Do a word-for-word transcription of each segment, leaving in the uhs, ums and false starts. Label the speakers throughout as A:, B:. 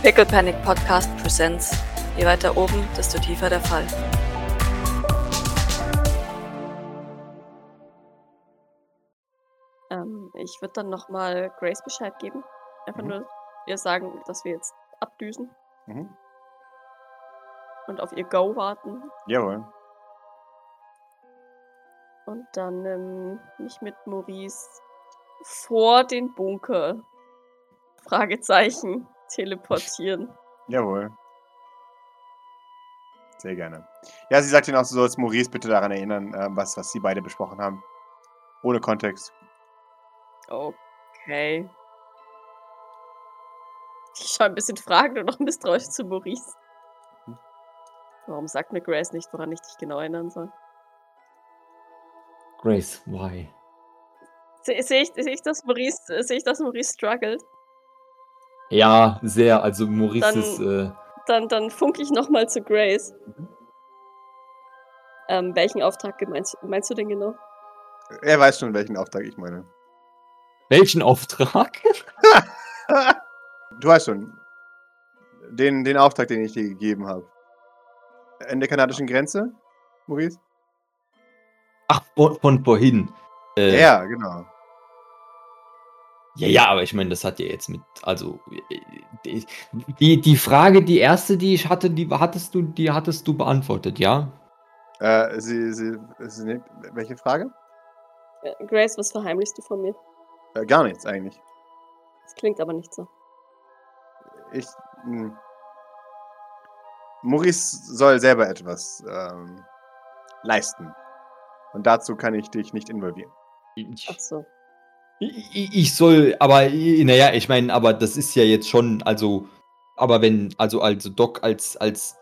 A: Pickle Panic Podcast presents. Je weiter oben, desto tiefer der Fall.
B: Ähm, ich würde dann nochmal Grace Bescheid geben. Einfach
C: Mhm.
B: nur ihr sagen, dass wir jetzt abdüsen
C: Mhm.
B: und auf ihr Go warten.
C: Jawohl.
B: Und dann ähm, mich mit Maurice vor den Bunker, Fragezeichen, teleportieren.
C: Jawohl. Sehr gerne. Ja, sie sagt Ihnen auch, so sollst Maurice bitte daran erinnern, äh, was, was Sie beide besprochen haben. Ohne Kontext.
B: Okay. Ich schaue ein bisschen fragend und noch misstrauisch zu Maurice.
C: Mhm.
B: Warum sagt mir Grace nicht, woran ich dich genau erinnern soll?
D: Grace, why?
B: Sehe seh ich, seh ich, dass Maurice, sehe ich, dass Maurice struggelt?
D: Ja, sehr. Also Maurice
B: Dann-
D: ist. Äh,
B: Dann, dann funke ich nochmal zu Grace.
C: Mhm.
B: Ähm, welchen Auftrag meinst, meinst du denn genau?
C: Er weiß schon, welchen Auftrag ich meine.
D: welchen Auftrag?
C: Du weißt schon. Den, den Auftrag, den ich dir gegeben habe. An der kanadischen Grenze, Maurice?
D: Ach, von, von vorhin. Äh,
C: Ja, genau.
D: Ja, ja, aber ich meine, das hat ja jetzt mit, also äh, die, die Frage, die erste, die ich hatte, die hattest du, die hattest du beantwortet, ja?
C: Äh, sie, sie, sie nimmt, welche Frage?
B: Äh, Grace, was verheimlichst du von mir?
C: Äh, gar nichts eigentlich.
B: Das klingt aber nicht so.
C: Ich. Mh. Maurice soll selber etwas ähm, leisten. Und dazu kann ich dich nicht involvieren.
B: Ach so.
D: Ich, ich soll, aber naja, ich meine, aber das ist ja jetzt schon, also, aber wenn, also also Doc als als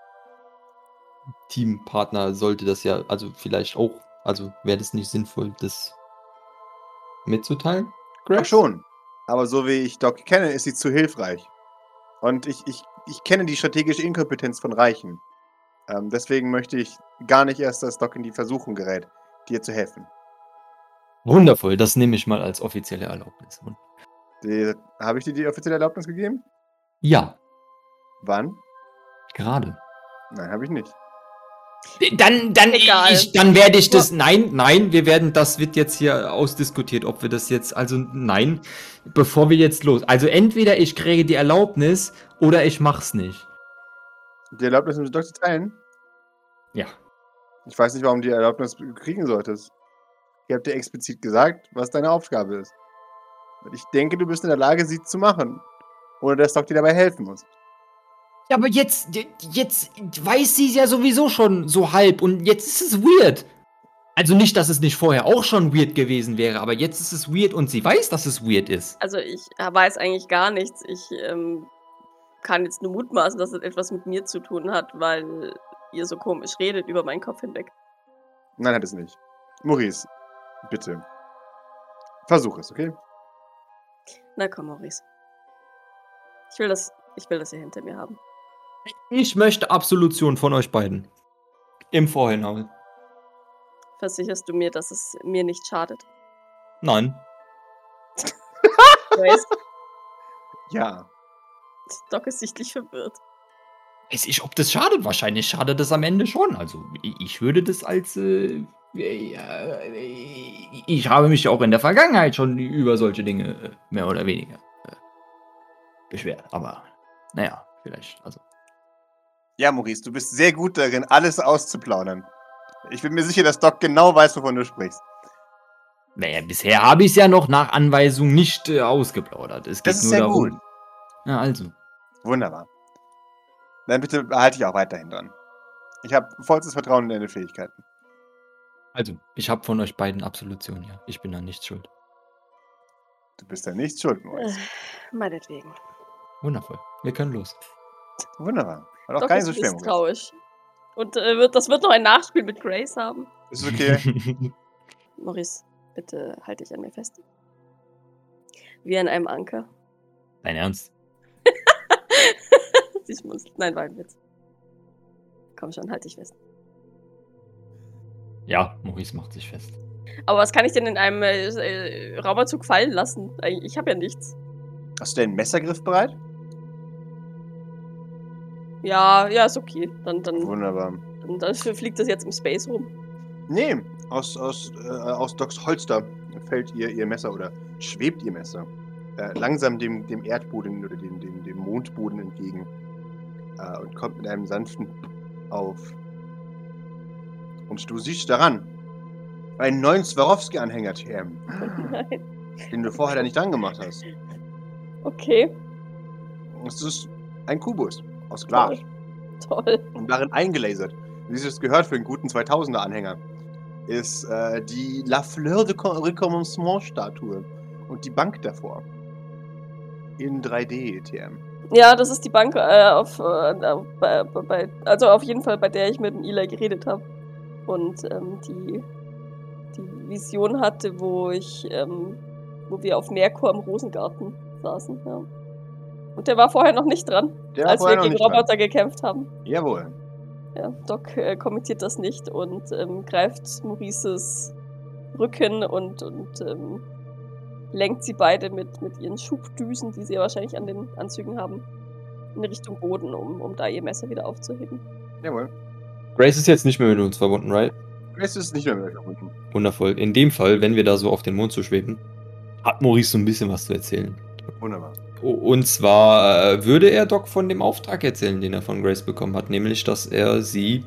D: Teampartner sollte das ja, also vielleicht auch, also wäre das nicht sinnvoll, das mitzuteilen?
C: Ach schon. Aber so wie ich Doc kenne, ist sie zu hilfreich. Und ich, ich, ich kenne die strategische Inkompetenz von Reichen. Ähm, deswegen möchte ich gar nicht erst, dass Doc in die Versuchung gerät, dir zu helfen.
D: Wundervoll, das nehme ich mal als offizielle Erlaubnis. Und
C: Die, habe ich dir die offizielle Erlaubnis gegeben?
D: ja,
C: Wann?
D: gerade.
C: Nein, habe ich nicht.
D: Dann, dann,
B: Egal.
D: ich, dann werde ich das. Nein, nein, wir werden, das wird jetzt hier ausdiskutiert, ob wir das jetzt. Also nein, bevor wir jetzt los. Also entweder ich kriege die Erlaubnis oder ich mach's nicht.
C: Die Erlaubnis mit Doc zu teilen?
D: Ja.
C: Ich weiß nicht, warum du die Erlaubnis kriegen solltest. Ich habe dir explizit gesagt, was deine Aufgabe ist. Und ich denke, du bist in der Lage, sie zu machen. Ohne dass Doc dir dabei helfen muss.
D: Ja, aber jetzt, jetzt weiß sie es ja sowieso schon so halb und jetzt ist es weird. Also nicht, dass es nicht vorher auch schon weird gewesen wäre, aber jetzt ist es weird und sie weiß, dass es weird ist.
B: Also ich weiß eigentlich gar nichts. Ich ähm, kann jetzt nur mutmaßen, dass es etwas mit mir zu tun hat, weil ihr so komisch redet über meinen Kopf hinweg.
C: Nein, hat es nicht. Maurice, bitte. Versuch es, okay?
B: Na komm, Maurice. Ich will das, ich will das hier hinter mir haben.
D: Ich möchte Absolution von euch beiden. Im Vorhinein.
B: Versicherst du mir, dass es mir nicht schadet?
D: Nein.
B: Grace,
C: Ja.
B: Doc ist sichtlich verwirrt.
D: Weiß ich, ob das schadet? Wahrscheinlich schadet das am Ende schon. Also, ich würde das als. Äh, äh, ich habe mich auch in der Vergangenheit schon über solche Dinge äh, mehr oder weniger äh, beschwert. Aber, naja, vielleicht. Also.
C: Ja, Maurice, du bist sehr gut darin, alles auszuplaudern. Ich bin mir sicher, dass Doc genau weiß, wovon du sprichst.
D: Naja, bisher habe ich es ja noch nach Anweisung nicht äh, ausgeplaudert. Es geht
C: Das ist
D: nur
C: sehr
D: darum.
C: gut.
D: Ja, also.
C: Wunderbar. Dann bitte behalte ich auch weiterhin dran. Ich habe vollstes Vertrauen in deine Fähigkeiten.
D: Also, ich habe von euch beiden Absolution, ja. Ich bin da nicht schuld.
C: Du bist ja nicht schuld, Maurice.
B: Äh, meinetwegen.
D: Wundervoll. Wir können los.
C: Wunderbar. War doch
B: Doc
C: gar nicht
B: ist
C: so schwer, Maurice.
B: misstrauisch. Und äh, wird, das wird noch ein Nachspiel mit Grace haben.
C: Ist okay.
B: Maurice, bitte halt dich an mir fest. Wie an einem Anker.
D: Dein Ernst?
B: Ich muss. Nein, war ein Witz. Komm schon, halt dich fest.
D: Ja, Maurice macht sich fest.
B: Aber was kann ich denn in einem äh, äh, Raumanzug fallen lassen? Ich habe ja nichts.
C: Hast du denn einen Messergriff bereit?
B: Ja, ja, ist okay. Dann, dann,
C: Wunderbar.
B: dann, dann fliegt das jetzt im Space rum.
C: Nee, aus, aus, äh, aus Docs Holster fällt ihr ihr Messer oder schwebt ihr Messer äh, langsam dem, dem Erdboden oder dem, dem, dem Mondboden entgegen äh, und kommt mit einem sanften auf. Und du siehst daran einen neuen Swarovski-Anhänger, T M,
B: Nein.
C: den du vorher da nicht dran gemacht hast.
B: Okay,
C: Es ist ein Kubus aus Glas
B: toll.
C: und darin eingelasert, wie sich das gehört für einen guten zweitausender-Anhänger, ist äh, die La Fleur de Recommencement-Statue und die Bank davor. In drei D, T M.
B: Ja, das ist die Bank, äh, auf, äh, bei, bei, also auf jeden Fall, bei der ich mit dem Eli geredet habe. Und ähm, die, die Vision hatte, wo ich, ähm, wo wir auf Merkur im Rosengarten saßen. Ja. Und der war vorher noch nicht dran,
C: Der war
B: als wir
C: vorher noch
B: gegen
C: nicht dran.
B: Roboter gekämpft haben.
C: Jawohl.
B: Ja, Doc äh, kommentiert das nicht und ähm, greift Maurices Rücken und, und ähm, lenkt sie beide mit, mit ihren Schubdüsen, die sie ja wahrscheinlich an den Anzügen haben, in Richtung Boden, um, um da ihr Messer wieder aufzuheben.
C: Jawohl.
D: Grace ist jetzt nicht mehr mit uns verbunden, right?
C: Es ist nicht mehr mehr verbunden.
D: Wundervoll. In dem Fall, wenn wir da so auf den Mond zu schweben, hat Maurice so ein bisschen was zu erzählen.
C: Wunderbar.
D: O- Und zwar äh, würde er Doc von dem Auftrag erzählen, den er von Grace bekommen hat, nämlich, dass er sie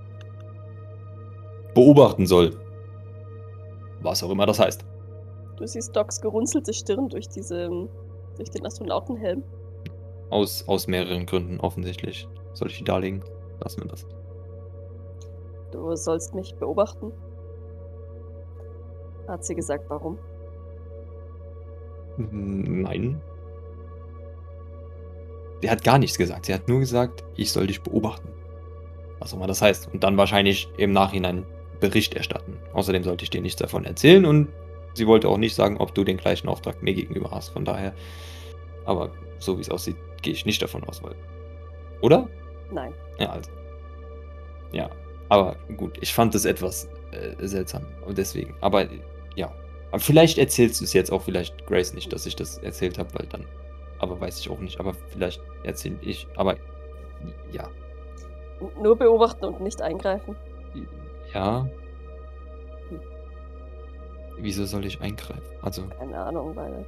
D: beobachten soll. Was auch immer das heißt.
B: Du siehst Docs gerunzelte Stirn durch diese, durch den Astronautenhelm.
D: Aus, aus mehreren Gründen offensichtlich. Soll ich die darlegen? Lassen wir das.
B: Du sollst mich beobachten. Hat sie gesagt, warum?
D: Nein. Sie hat gar nichts gesagt. Sie hat nur gesagt, ich soll dich beobachten. Was auch immer das heißt. Und dann wahrscheinlich im Nachhinein Bericht erstatten. Außerdem sollte ich dir nichts davon erzählen und sie wollte auch nicht sagen, ob du den gleichen Auftrag mir gegenüber hast. Von daher, aber so wie es aussieht, gehe ich nicht davon aus, weil. Oder?
B: Nein.
D: Ja, also. Ja, aber gut, ich fand es etwas äh, seltsam. Und deswegen, aber ja. Aber vielleicht erzählst du es jetzt auch, vielleicht Grace nicht, dass ich das erzählt habe, weil dann. Aber weiß ich auch nicht. Aber vielleicht erzähle ich. Aber ja.
B: N- Nur beobachten und nicht eingreifen.
D: Ja. Wieso soll ich eingreifen? Also,
B: Keine Ahnung, weil.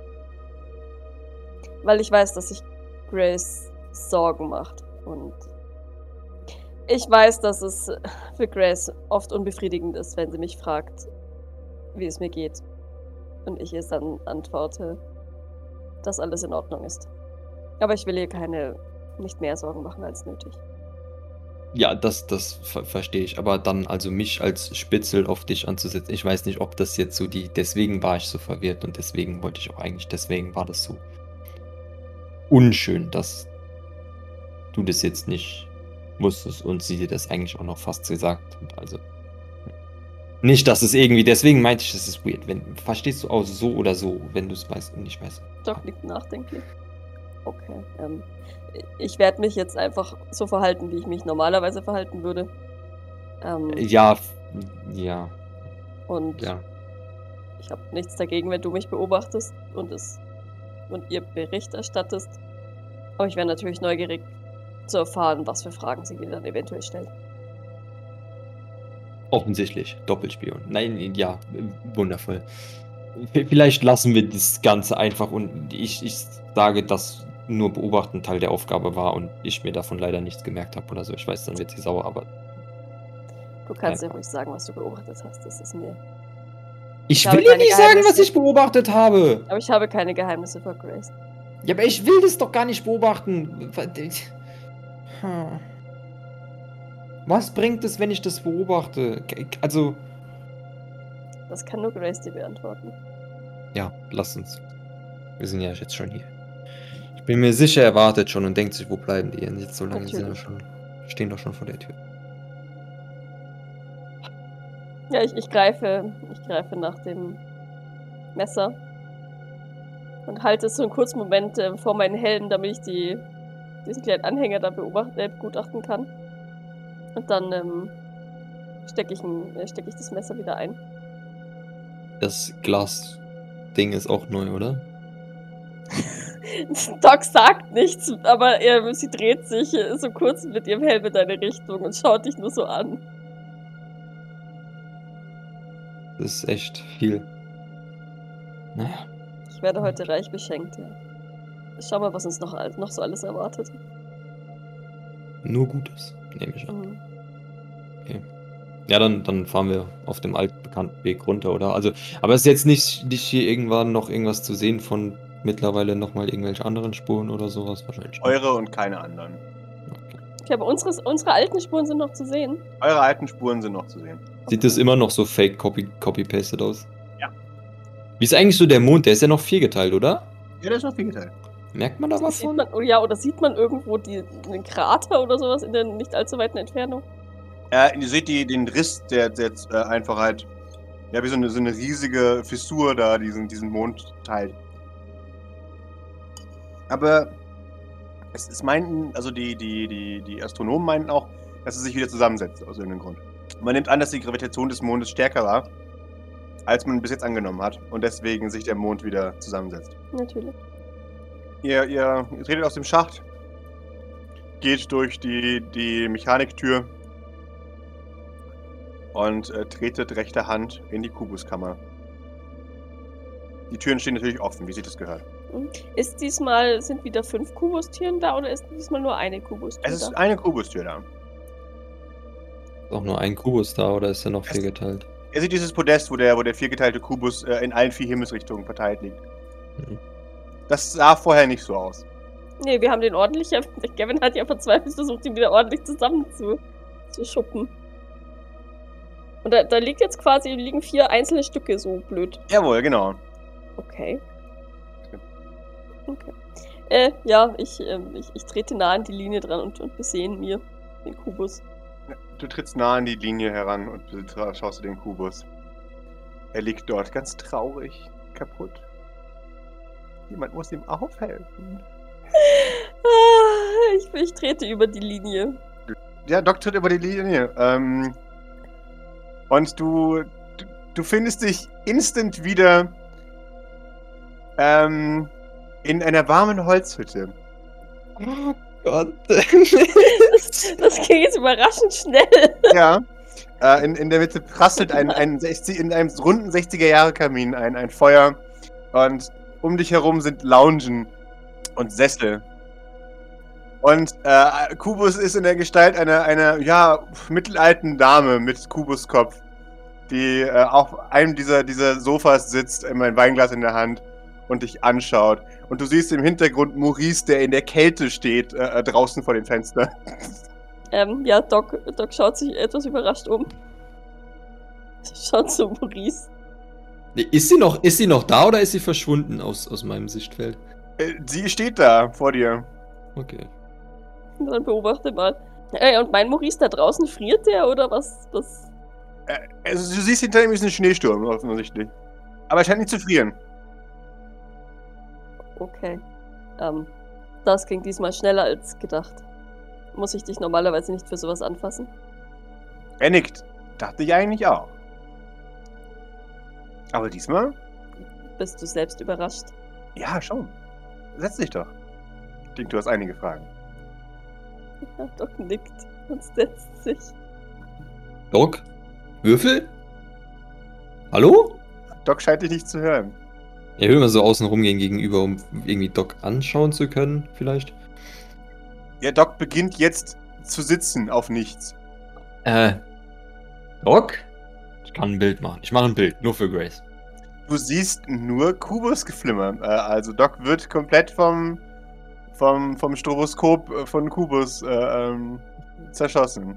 B: Weil ich weiß, dass sich Grace Sorgen macht. Und ich weiß, dass es für Grace oft unbefriedigend ist, wenn sie mich fragt, wie es mir geht. Und ich ihr dann antworte, dass alles in Ordnung ist. Aber ich will ihr keine, nicht mehr Sorgen machen als nötig.
D: ja, das, das ver verstehe ich. Aber dann also mich als Spitzel auf dich anzusetzen, ich weiß nicht, ob das jetzt so die, deswegen war ich so verwirrt und deswegen wollte ich auch eigentlich, deswegen war das so unschön, dass du das jetzt nicht wusstest und sie dir das eigentlich auch noch fast gesagt hat. Also nicht, dass es irgendwie, deswegen meinte ich, es ist weird. Wenn, verstehst du auch so oder so, wenn du es weißt und nicht weißt.
B: Doc liegt nachdenklich. Okay. Ähm, ich werde mich jetzt einfach so verhalten, wie ich mich normalerweise verhalten würde. Ähm,
D: Ja, f- ja,
B: und
D: ja.
B: ich habe nichts dagegen, wenn du mich beobachtest und es und ihr Bericht erstattest. Aber ich wäre natürlich neugierig zu erfahren, was für Fragen sie dir dann eventuell stellt.
D: Offensichtlich, Doppelspion. Nein, ja, wundervoll. V- Vielleicht lassen wir das Ganze einfach und ich, ich sage, dass nur Beobachten Teil der Aufgabe war und ich mir davon leider nichts gemerkt habe oder so. Ich weiß, dann wird sie sauer, aber
B: Du kannst
D: Ja.
B: ja ruhig sagen, was du beobachtet hast. Das ist mir.
D: ich
B: habe
D: will dir
B: keine
D: nicht sagen, was
B: Geheimnisse.
D: ich beobachtet habe.
B: Aber ich habe keine Geheimnisse vor Grace.
D: Ja, aber ich will das doch gar nicht beobachten. Hm. Was bringt es, wenn ich das beobachte? Also,
B: Das kann nur Grace dir beantworten.
D: ja, lass uns. Wir sind ja jetzt schon hier. Ich bin mir sicher, er wartet schon und denkt sich, wo bleiben die denn jetzt so lange? Die sind doch schon, stehen doch schon vor der Tür.
B: Ja, ich, ich greife, ich greife nach dem Messer und halte es so einen kurzen Moment äh, vor meinen Helm, damit ich die, diesen kleinen Anhänger da beobachten, äh, begutachten kann. Und dann ähm, stecke ich, ein- äh, steck ich das Messer wieder ein.
D: Das Glas-Ding ist auch neu, oder?
B: Doc sagt nichts, aber er, sie dreht sich so kurz mit ihrem Helm in deine Richtung und schaut dich nur so an.
D: Das ist echt viel. Naja.
B: Ich werde heute reich beschenkt, ja. Schau mal, was uns noch, noch so alles erwartet.
D: Nur Gutes, nehme ich an.
B: Mhm.
D: Okay. Ja, dann, dann fahren wir auf dem altbekannten Weg runter, oder? Also, aber es ist jetzt nicht, nicht hier irgendwann noch irgendwas zu sehen von mittlerweile nochmal irgendwelche anderen Spuren oder sowas wahrscheinlich. nicht.
C: Eure und keine anderen.
D: Okay.
B: Okay, aber unsere, unsere alten Spuren sind noch zu sehen.
C: Eure alten Spuren sind noch zu sehen.
D: Sieht das immer noch so fake copy, copy-pasted aus?
C: Ja.
D: Wie ist eigentlich so der Mond? Der ist ja noch viergeteilt, oder?
C: Ja, das ist noch viel geteilt.
D: Merkt man da was
B: Sieht
D: von?
B: man, oh ja, oder sieht man irgendwo die, einen Krater oder sowas in der nicht allzu weiten Entfernung?
C: Äh, ihr seht die, den Riss, der der jetzt äh, einfach halt, ja, wie so eine, so eine riesige Fissur da, diesen, diesen Mond teilt. Aber es, es meinten, also die, die, die, die Astronomen meinten auch, dass es sich wieder zusammensetzt, aus irgendeinem Grund. Man nimmt an, dass die Gravitation des Mondes stärker war, als man bis jetzt angenommen hat. Und deswegen sich der Mond wieder zusammensetzt.
B: Natürlich.
C: Ihr, ihr, ihr tretet aus dem Schacht, geht durch die, die Mechaniktür und äh, tretet rechter Hand in die Kubuskammer. Die Türen stehen natürlich offen, wie sich das gehört.
B: Ist diesmal, sind wieder fünf Kubustüren da oder ist diesmal nur eine Kubustür
C: Es ist
B: da?
C: eine Kubustür da.
D: Ist auch nur ein Kubus da oder ist der noch
C: Es-
D: viergeteilt?
C: Ihr seht dieses Podest, wo der, wo der viergeteilte Kubus äh, in allen vier Himmelsrichtungen verteilt liegt.
D: Mhm.
C: Das sah vorher nicht so aus.
B: Nee, wir haben den ordentlich. Der Gavin hat ja verzweifelt versucht, ihn wieder ordentlich zusammen zu, zu schuppen. Und da, da liegt jetzt quasi, liegen vier einzelne Stücke so blöd.
C: Jawohl, genau.
B: Okay. Okay. Äh, ja, ich, ähm, ich, ich trete nah an die Linie dran und, und besehen mir den Kubus.
C: Du trittst nah an die Linie heran und schaust dir den Kubus. Er liegt dort ganz traurig, kaputt. Jemand muss ihm aufhelfen.
B: Ah, ich, ich trete über die Linie.
C: Ja, Doc tritt über die Linie. Ähm, und du, du, du findest dich instant wieder ähm, in einer warmen Holzhütte.
D: Oh Gott.
B: Das, das ging jetzt überraschend schnell.
C: Ja. Äh, in, in der Mitte prasselt ein, ein sechzig, in einem runden sechziger-Jahre-Kamin ein, ein Feuer. Und um dich herum sind Loungen und Sessel. Und äh, Kubus ist in der Gestalt einer, einer ja, mittelalten Dame mit Kubuskopf, die äh, auf einem dieser, dieser Sofas sitzt, immer ein Weinglas in der Hand und dich anschaut. Und du siehst im Hintergrund Maurice, der in der Kälte steht, äh, draußen vor dem Fenster.
B: Ähm, ja, Doc, Doc schaut sich etwas überrascht um. Schaut zu Maurice.
D: Ist sie noch, ist sie noch da oder ist sie verschwunden aus, aus meinem Sichtfeld?
C: Äh, sie steht da vor dir.
D: Okay.
B: Und dann beobachte mal. Ey, und mein Maurice da draußen, friert der oder was? was?
C: Äh, also du siehst hinter ihm ist ein Schneesturm, offensichtlich. Aber er scheint nicht zu frieren.
B: Okay. Ähm, das ging diesmal schneller als gedacht. Muss ich dich normalerweise nicht für sowas anfassen?
C: Er nickt. Dachte ich eigentlich auch. Aber diesmal?
B: Bist du selbst überrascht?
C: Ja, schon. Setz dich doch. Ich denke, du hast einige Fragen.
B: Ja, Doc nickt und setzt sich.
D: Doc? Würfel? Hallo?
C: Doc scheint dich nicht zu hören.
D: Er will mal so außen rumgehen gegenüber, um irgendwie Doc anschauen zu können, vielleicht.
C: Ja, Doc beginnt jetzt zu sitzen auf nichts.
D: Äh, Doc? Ich kann ein Bild machen. Ich mache ein Bild, nur für Grace.
C: Du siehst nur Kubusgeflimmer. Äh, also Doc wird komplett vom, vom, vom Stroboskop äh, von Kubus äh, ähm, zerschossen.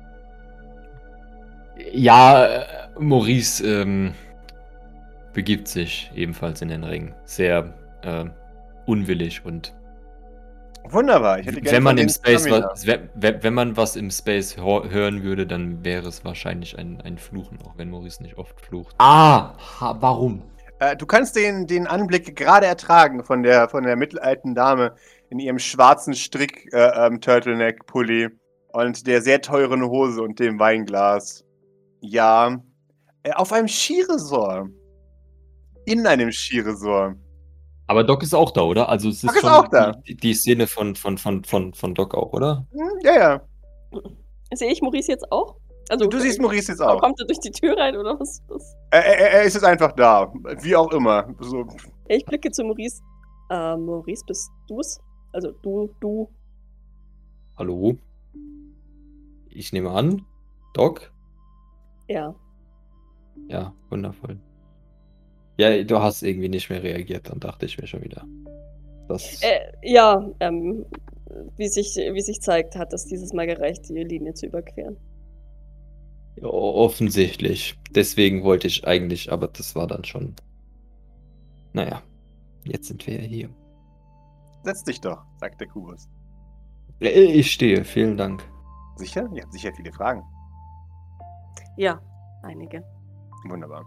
D: Ja, äh, Maurice ähm, begibt sich ebenfalls in den Ring. Sehr äh, unwillig und
C: Wunderbar. Ich hätte gerne
D: wenn man
C: von
D: im
C: den
D: Space
C: Stamina.
D: was, wenn, wenn man was im Space ho- hören würde, dann wäre es wahrscheinlich ein, ein Fluchen, auch wenn Maurice nicht oft flucht. Ah, ha, warum?
C: Äh, du kannst den, den Anblick gerade ertragen von der, von der mittelalten Dame in ihrem schwarzen Strick-Turtleneck-Pulli und der sehr teuren Hose und dem Weinglas. Ja, äh, auf einem Skiresort. In einem Skiresort.
D: Aber Doc ist auch da, oder? Also es ist
C: Doc ist
D: schon
C: auch da.
D: Die, die Szene von, von, von, von, von Doc auch, oder?
C: Hm, ja, ja.
B: Sehe ich Maurice jetzt auch? Also,
C: Du siehst Maurice jetzt
B: äh,
C: auch.
B: Kommt er durch die Tür rein oder was? was?
C: Er, er, er ist jetzt einfach da. Wie auch immer. So.
B: Ich blicke zu Maurice. Äh, Maurice, bist du's? Also du, du.
D: Hallo? Ich nehme an. Doc?
B: Ja.
D: Ja, wundervoll. Ja, du hast irgendwie nicht mehr reagiert, dann dachte ich mir schon wieder. Das.
B: Äh, ja, ähm, wie sich, wie sich zeigt, hat es dieses Mal gereicht, die Linie zu überqueren.
D: Ja, offensichtlich. Deswegen wollte ich eigentlich, aber das war dann schon. Naja, jetzt sind wir ja hier.
C: Setz dich doch, sagt der Kubus.
D: Äh, Ich stehe, vielen Dank.
C: Sicher? Ihr habt sicher viele Fragen.
B: Ja, einige.
C: Wunderbar.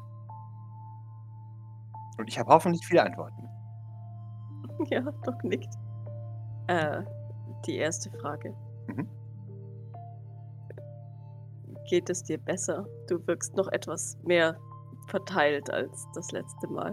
C: Und ich habe hoffentlich viele Antworten.
B: Ja, Doc nickt. Äh, die erste Frage.
C: Mhm.
B: Geht es dir besser? Du wirkst noch etwas mehr verteilt als das letzte Mal.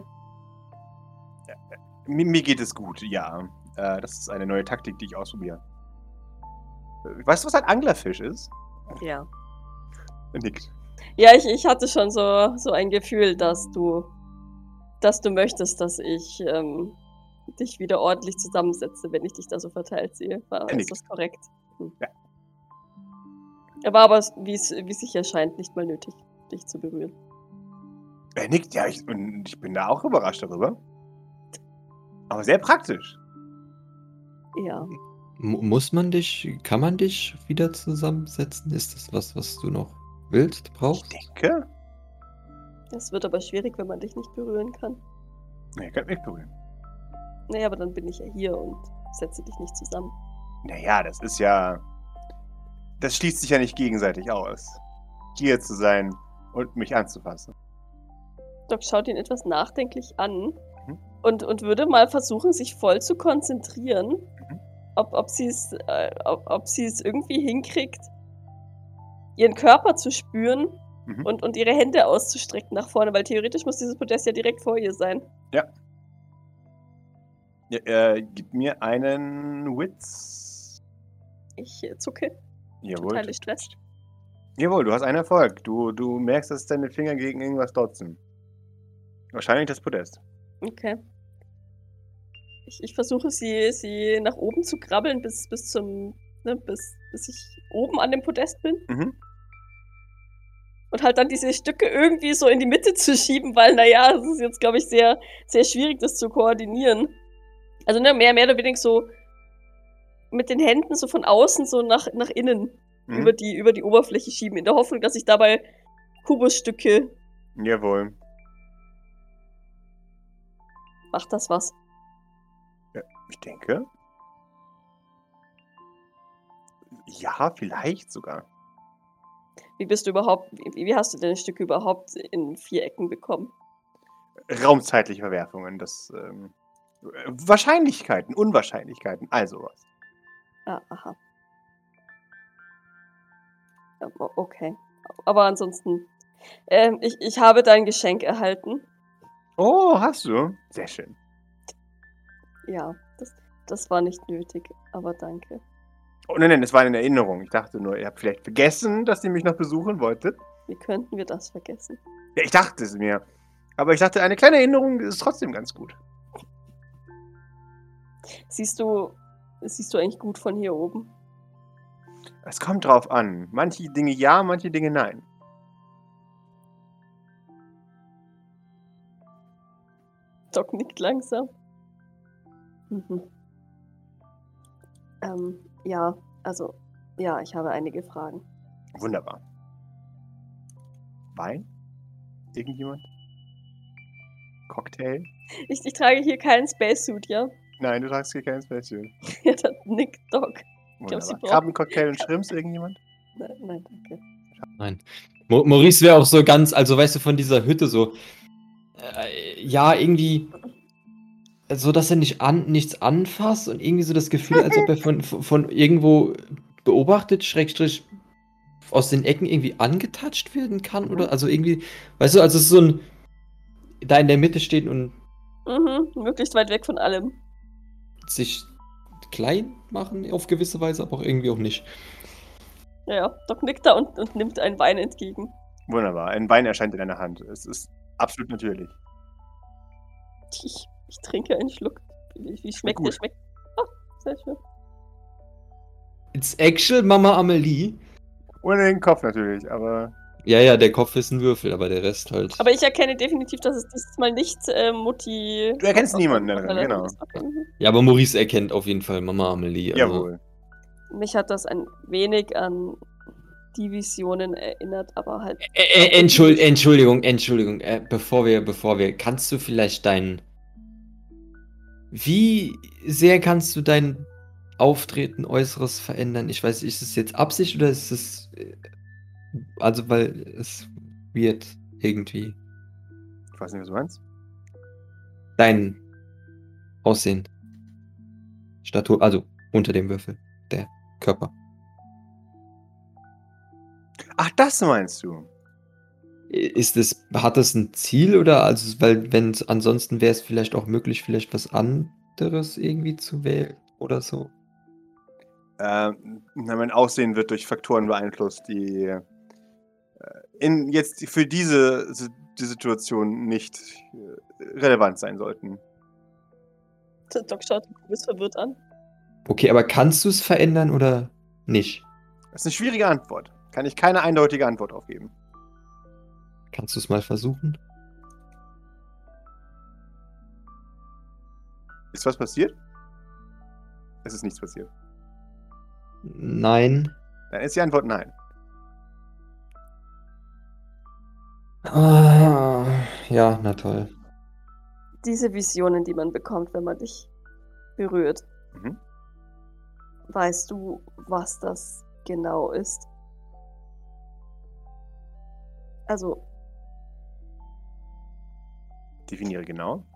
C: Mir, mir geht es gut, ja. Äh, das ist eine neue Taktik, die ich ausprobiere. Äh, Weißt du, was ein Anglerfisch ist?
B: Ja.
C: Er nickt.
B: Ja, ich, ich hatte schon so, so ein Gefühl, dass du, dass du möchtest, dass ich ähm, dich wieder ordentlich zusammensetze, wenn ich dich da so verteilt sehe. War,
C: Er
B: ist das
C: nickt.
B: korrekt? Hm.
C: Ja.
B: Er war aber, wie es wie es sich erscheint, nicht mal nötig, dich zu berühren.
C: Er nickt, ja, ich, und ich bin da auch überrascht darüber. Aber sehr praktisch.
B: Ja.
D: M muss man dich, kann man dich wieder zusammensetzen? Ist das was, was du noch willst,
C: Ich
D: brauchst?
C: denke.
B: Es wird aber schwierig, wenn man dich nicht berühren kann.
C: Ne, ihr könnt mich berühren.
B: Naja, aber dann bin ich ja hier und setze dich nicht zusammen.
C: Naja, das ist ja. Das schließt sich ja nicht gegenseitig aus. Hier zu sein und mich anzufassen.
B: Doc schaut ihn etwas nachdenklich an
C: Mhm.
B: und, und würde mal versuchen, sich voll zu konzentrieren,
C: Mhm.
B: ob, ob sie es äh, ob, ob sie es irgendwie hinkriegt, ihren Körper zu spüren
C: Mhm.
B: und, und ihre Hände auszustrecken nach vorne, weil theoretisch muss dieses Podest ja direkt vor ihr sein.
C: Ja. Ja, äh, gib mir einen Witz.
B: Ich äh, zucke,
C: Jawohl.
B: total gestresst.
C: Jawohl, du hast einen Erfolg. Du, du merkst, dass deine Finger gegen irgendwas dotzen. Wahrscheinlich das Podest.
B: Okay. Ich, ich versuche sie, sie nach oben zu krabbeln bis, bis zum, ne, bis, bis ich oben an dem Podest bin.
C: Mhm.
B: Und halt dann diese Stücke irgendwie so in die Mitte zu schieben, weil, naja, es ist jetzt, glaube ich, sehr, sehr schwierig, das zu koordinieren. Also, ne, mehr, mehr oder weniger so mit den Händen so von außen so nach, nach innen
C: Mhm.
B: über, die, über die Oberfläche schieben, in der Hoffnung, dass ich dabei Kubusstücke.
C: Jawohl.
B: Macht das was?
C: Ich denke. Ja, vielleicht sogar.
B: Wie bist du überhaupt, wie, wie hast du deine Stücke überhaupt in Vierecken bekommen?
C: Raumzeitliche Verwerfungen, das ähm, Wahrscheinlichkeiten, Unwahrscheinlichkeiten, also was.
B: Ah, aha. Ja, o- okay. Aber ansonsten, ähm, ich, ich habe dein Geschenk erhalten.
C: Oh, hast du? Sehr schön.
B: Ja, das, das war nicht nötig, aber danke.
C: Oh, nein, nein, das war eine Erinnerung. Ich dachte nur, ihr habt vielleicht vergessen, dass ihr mich noch besuchen wolltet.
B: Wie könnten wir das vergessen?
C: Ja, ich dachte es mir. Aber ich dachte, eine kleine Erinnerung ist trotzdem ganz gut.
B: Siehst du, siehst du eigentlich gut von hier oben?
C: Es kommt drauf an. Manche Dinge ja, manche Dinge nein.
B: Doc nickt langsam. Mhm. Ähm, ja, also, ja, ich habe einige Fragen.
C: Wunderbar. Wein? Irgendjemand? Cocktail?
B: Ich, ich trage hier keinen Spacesuit, ja?
C: Nein, du sagst hier kein Special.
B: Ja, das nickt Doc. glaub, sie
C: Wunderbar.
B: braucht-
C: Krabbencocktail und Shrimps, irgendjemand?
B: Nein, nein, danke.
D: Nein. Mo Maurice wäre auch so ganz, also weißt du, von dieser Hütte so, äh, ja, irgendwie, so dass er nicht an, nichts anfasst und irgendwie so das Gefühl, als ob er von, von, von irgendwo beobachtet, Schrägstrich, aus den Ecken irgendwie angetatscht werden kann oder, also irgendwie, weißt du, also es ist so ein, da in der Mitte stehen und
B: Mhm, möglichst weit weg von allem.
D: Sich klein machen auf gewisse Weise, aber auch irgendwie auch nicht.
B: Ja, ja, Doc nickt da und, und nimmt ein Wein entgegen.
C: Wunderbar. Ein Wein erscheint in deiner Hand. Es ist absolut natürlich.
B: Ich, ich trinke einen Schluck. Wie, wie schmeckt der?
C: gut.
B: Schmeckt. Ah, sehr schön.
D: It's actual Mama Amelie.
C: Ohne den Kopf natürlich, aber
D: Ja, ja, der Kopf ist ein Würfel, aber der Rest halt.
B: Aber ich erkenne definitiv, dass es dieses Mal nicht äh, Mutti.
C: Du erkennst
B: Doc-
C: niemanden da
B: Doc-
C: drin,
B: Doc-
C: genau.
B: ist. Okay. mhm.
D: Ja, aber Maurice erkennt auf jeden Fall Mama Amelie. Also.
C: jawohl.
B: Mich hat das ein wenig an die Visionen erinnert, aber halt.
D: Äh, äh, Entschuld, Entschuldigung, Entschuldigung. Äh, bevor wir, bevor wir, kannst du vielleicht dein. Wie sehr kannst du dein Auftreten, Äußeres verändern? Ich weiß, ist es jetzt Absicht oder ist es. äh, Also, weil es wird irgendwie.
C: Ich weiß nicht, was du meinst.
D: Dein Aussehen. Statur, also unter dem Würfel. Der Körper.
C: Ach, das meinst du?
D: Ist es, hat das ein Ziel oder also, weil wenn es ansonsten wäre es vielleicht auch möglich, vielleicht was anderes irgendwie zu wählen oder so.
C: Ähm, na, mein Aussehen wird durch Faktoren beeinflusst, die äh, in jetzt für diese Si- die Situation nicht äh, relevant sein sollten.
B: Der Doc schaut Chris verwirrt an.
D: Okay, aber kannst du es verändern oder nicht?
C: Das ist eine schwierige Antwort. Kann ich keine eindeutige Antwort aufgeben.
D: Kannst du es mal versuchen?
C: Ist was passiert? Es ist nichts passiert.
D: Nein.
C: Dann ist die Antwort nein.
D: Ah, ja, na toll.
B: Diese Visionen, die man bekommt, wenn man dich berührt.
C: Mhm.
B: Weißt du, was das genau ist? Also,
C: Definiere genau.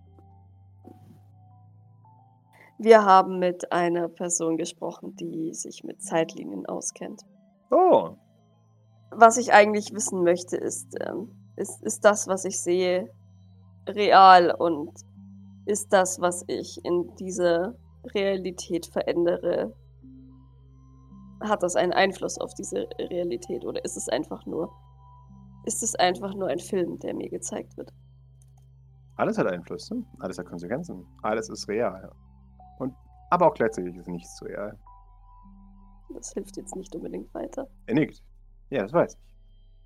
B: wir haben mit einer Person gesprochen, die sich mit Zeitlinien auskennt.
C: Oh,
B: Was ich eigentlich wissen möchte, ist, ähm, ist, ist das, was ich sehe, real und ist das, was ich in dieser Realität verändere, hat das einen Einfluss auf diese Realität oder ist es einfach nur, ist es einfach nur ein Film, der mir gezeigt wird?
C: alles hat Einfluss. Ne? Alles hat Konsequenzen. Alles ist real. Und, aber auch gleichzeitig ist nichts real.
B: Das hilft jetzt nicht unbedingt weiter.
C: Er nickt. Ja, das weiß ich.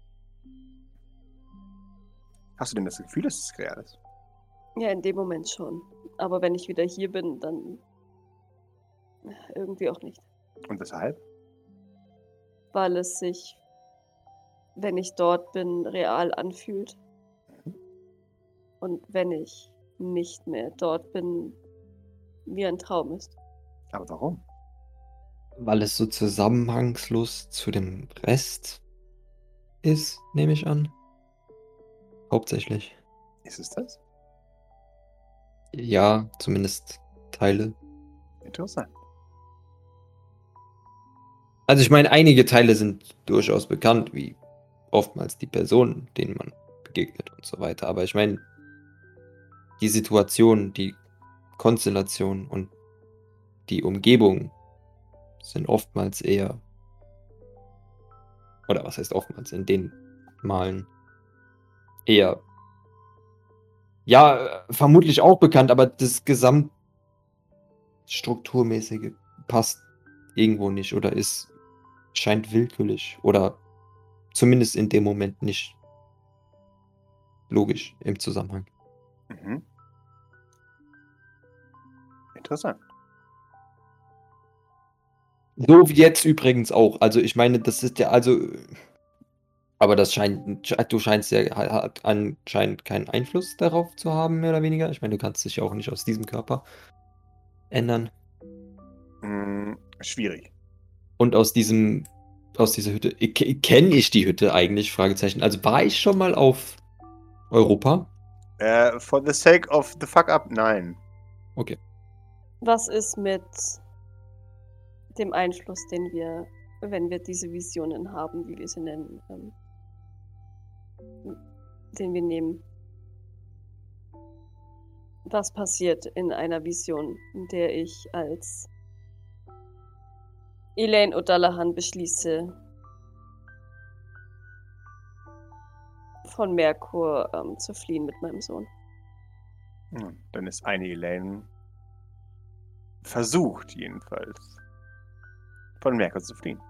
C: Hast du denn das Gefühl, dass es real ist?
B: Ja, in dem Moment schon. Aber wenn ich wieder hier bin, dann irgendwie auch nicht.
C: Und weshalb?
B: Weil es sich, wenn ich dort bin, real anfühlt. Und wenn ich nicht mehr dort bin, wie ein Traum ist.
C: Aber warum?
D: Weil es so zusammenhangslos zu dem Rest ist, nehme ich an. Hauptsächlich.
C: Ist es das?
D: Ja, zumindest Teile.
C: Interessant.
D: Also ich meine, einige Teile sind durchaus bekannt, wie oftmals die Personen, denen man begegnet und so weiter. Aber ich meine, die Situation, die Konstellation und die Umgebung sind oftmals eher, oder was heißt oftmals, in den Malen eher, ja, vermutlich auch bekannt, aber das Gesamtstrukturmäßige passt irgendwo nicht oder ist, scheint willkürlich oder zumindest in dem Moment nicht logisch im Zusammenhang.
C: Mhm. Interessant.
D: So wie jetzt übrigens auch. Also ich meine, das ist ja also, aber das scheint, du scheinst ja hat anscheinend keinen Einfluss darauf zu haben, mehr oder weniger. Ich meine, du kannst dich ja auch nicht aus diesem Körper ändern.
C: Hm, schwierig.
D: Und aus diesem, aus dieser Hütte, kenne ich die Hütte eigentlich? Fragezeichen. Also war ich schon mal auf Europa?
C: Äh, for the sake of the fuck up, nein.
D: Okay.
B: Was ist mit dem Einfluss, den wir, wenn wir diese Visionen haben, wie wir sie nennen, ähm, den wir nehmen? Was passiert in einer Vision, in der ich als Elaine O'Dallahan beschließe, von Merkur ähm, zu fliehen mit meinem Sohn?
C: Hm, dann ist eine Elaine versucht jedenfalls, von Merkur zu fliehen.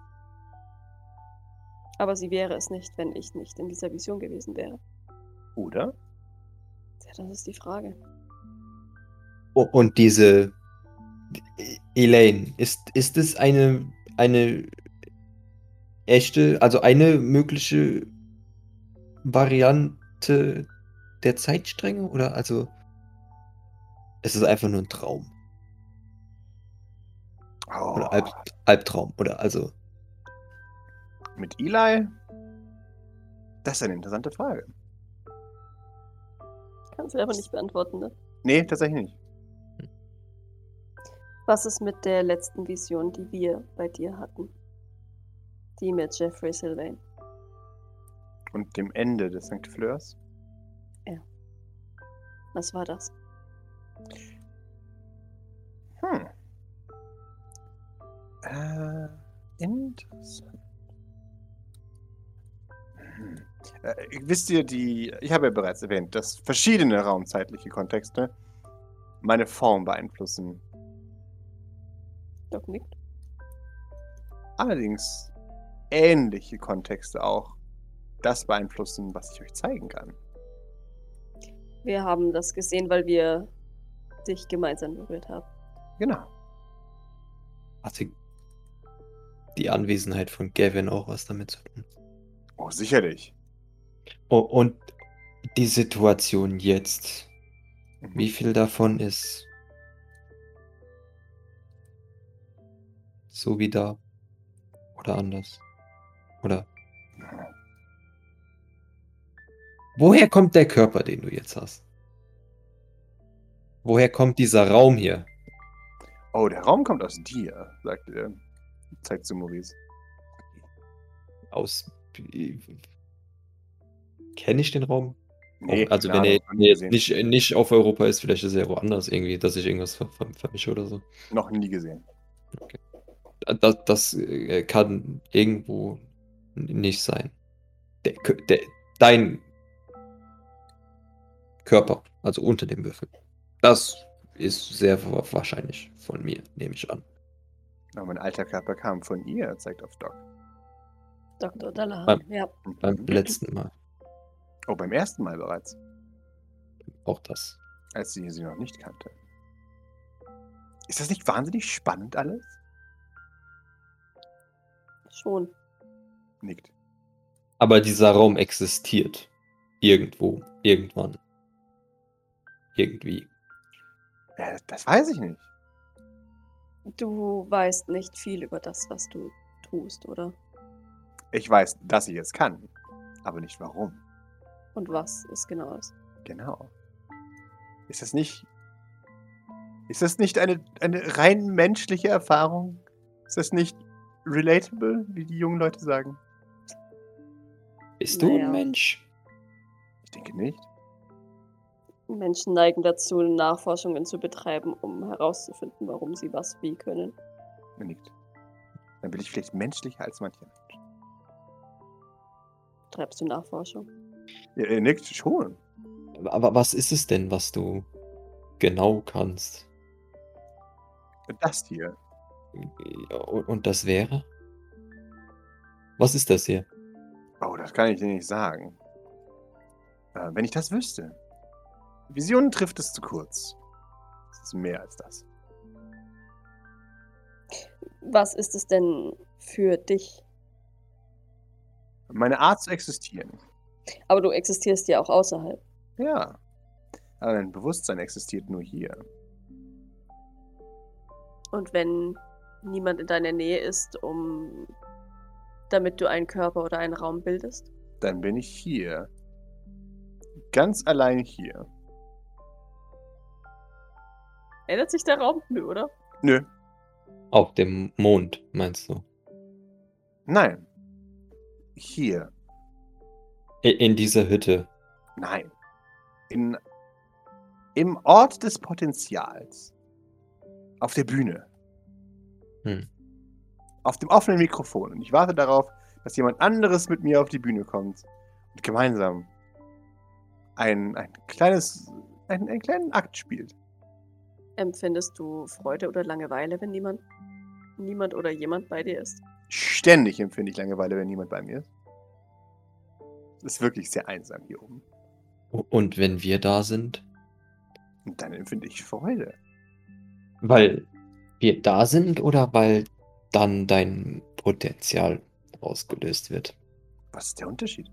B: Aber sie wäre es nicht, wenn ich nicht in dieser Vision gewesen wäre.
C: Oder?
B: Ja, das ist die Frage.
D: Oh, und diese Elaine, ist, ist es eine, eine echte, also eine mögliche Variante der Zeitstränge? Oder also ist es einfach nur ein Traum?
C: Oh,
D: Oder Alb, Albtraum? Oder also.
C: mit Eli? Das ist eine interessante Frage.
B: Kannst du aber nicht beantworten, ne?
C: Nee, tatsächlich nicht.
B: Was ist mit der letzten Vision, die wir bei dir hatten? Die mit Jeffrey Sylvain.
C: Und dem Ende des Sankt Fleurs?
B: Was war das?
C: Hm. Äh, interessant. Hm. Äh, wisst ihr, die, ich habe ja bereits erwähnt, dass verschiedene raumzeitliche Kontexte meine Form beeinflussen.
B: Doc nickt.
C: Allerdings ähnliche Kontexte auch das beeinflussen, was ich euch zeigen kann.
B: Wir haben das gesehen, weil wir dich gemeinsam berührt haben.
C: Genau.
D: Hatte die Anwesenheit von Gavin auch was damit zu tun?
C: Oh, sicherlich.
D: Oh, und die Situation jetzt,
C: Mhm.
D: wie viel davon ist so wie da oder anders? Oder woher kommt der Körper, den du jetzt hast? Woher kommt dieser Raum hier?
C: Oh, der Raum kommt aus dir, sagt er. Zeigt zu Maurice.
D: Aus. Kenne ich den Raum?
C: Nee,
D: Auch, also
C: keine
D: wenn er
C: Ahnung, noch nie
D: jetzt
C: gesehen.
D: nicht, nicht auf Europa ist, vielleicht ist er woanders irgendwie, dass ich irgendwas ver ver vermische oder so.
C: Noch nie gesehen.
D: Das, das äh, kann irgendwo nicht sein. Der, Kö- der, dein Körper, also unter dem Würfel. Das ist sehr wa- wahrscheinlich von mir, nehme ich an.
C: Aber mein alter Körper kam von ihr, zeigt auf Doc.
B: Doktor O'Dallahan,
D: Beim-
B: ja.
D: Beim
C: Mhm.
D: letzten Mal.
C: Oh, beim ersten Mal bereits,
D: Auch das.
C: als sie sie noch nicht kannte. Ist das nicht wahnsinnig spannend alles?
B: Schon.
C: Nickt.
D: Aber dieser Raum existiert. Irgendwo. Irgendwann. Irgendwie.
C: Äh, das weiß ich nicht.
B: Du weißt nicht viel über das, was du tust, oder?
C: Ich weiß, dass ich es kann, aber nicht warum.
B: Und was es genau ist.
C: Genau. Ist das nicht. Ist das nicht eine, eine rein menschliche Erfahrung? Ist das nicht relatable, wie die jungen Leute sagen?
D: Bist du
B: Naja.
D: ein Mensch?
C: Ich denke nicht.
B: Menschen neigen dazu, Nachforschungen zu betreiben, um herauszufinden, warum sie was wie können.
C: Er nickt. Dann bin ich vielleicht menschlicher als manche.
B: Treibst du Nachforschung?
C: Er, er nickt schon.
D: Aber was ist es denn, was du genau kannst?
C: Das hier.
D: Und und das wäre? Was ist das hier?
C: Oh, das kann ich dir nicht sagen. Äh, wenn ich das wüsste. Visionen trifft es zu kurz. Es ist mehr als das.
B: Was ist es denn für dich?
C: Meine Art zu existieren.
B: Aber du existierst ja auch außerhalb.
C: Ja. Aber mein Bewusstsein existiert nur hier.
B: Und wenn niemand in deiner Nähe ist, um damit du einen Körper oder einen Raum bildest?
C: Dann bin ich hier. Ganz allein hier.
B: Ändert sich der Raum? Nö, oder?
C: Nö.
D: Auf dem Mond, meinst du?
C: Nein. Hier.
D: I- In dieser Hütte.
C: Nein. In Im Ort des Potenzials. Auf der Bühne.
D: Hm.
C: Auf dem offenen Mikrofon. Und ich warte darauf, dass jemand anderes mit mir auf die Bühne kommt. Und gemeinsam ein, ein kleines, ein, einen kleinen Akt spielt.
B: Empfindest du Freude oder Langeweile, wenn niemand, niemand oder jemand bei dir ist?
C: Ständig empfinde ich Langeweile, wenn niemand bei mir ist. Es ist wirklich sehr einsam hier oben.
D: Und wenn wir da sind?
C: Und dann empfinde ich Freude.
D: Weil wir da sind oder weil dann dein Potenzial ausgelöst wird?
C: Was ist der Unterschied?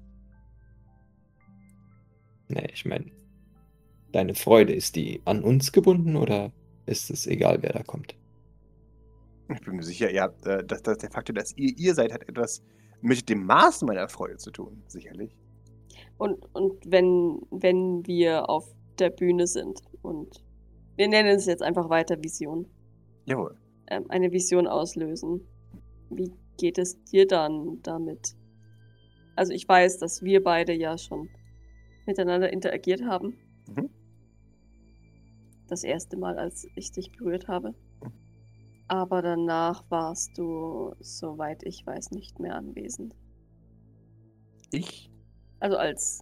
D: Nee, ich meine, deine Freude, ist die an uns gebunden oder ist es egal, wer da kommt?
C: Ich bin mir sicher, ja, äh, dass, dass der Faktor, dass ihr ihr seid, hat etwas mit dem Maß meiner Freude zu tun. Sicherlich.
B: Und, und wenn, wenn wir auf der Bühne sind und wir nennen es jetzt einfach weiter Vision,
C: Jawohl.
B: ähm, eine Vision auslösen, wie geht es dir dann damit? Also ich weiß, dass wir beide ja schon miteinander interagiert haben.
C: Mhm.
B: Das erste Mal, als ich dich berührt habe. Aber danach warst du, soweit ich weiß, nicht mehr anwesend.
C: Ich?
B: Also als,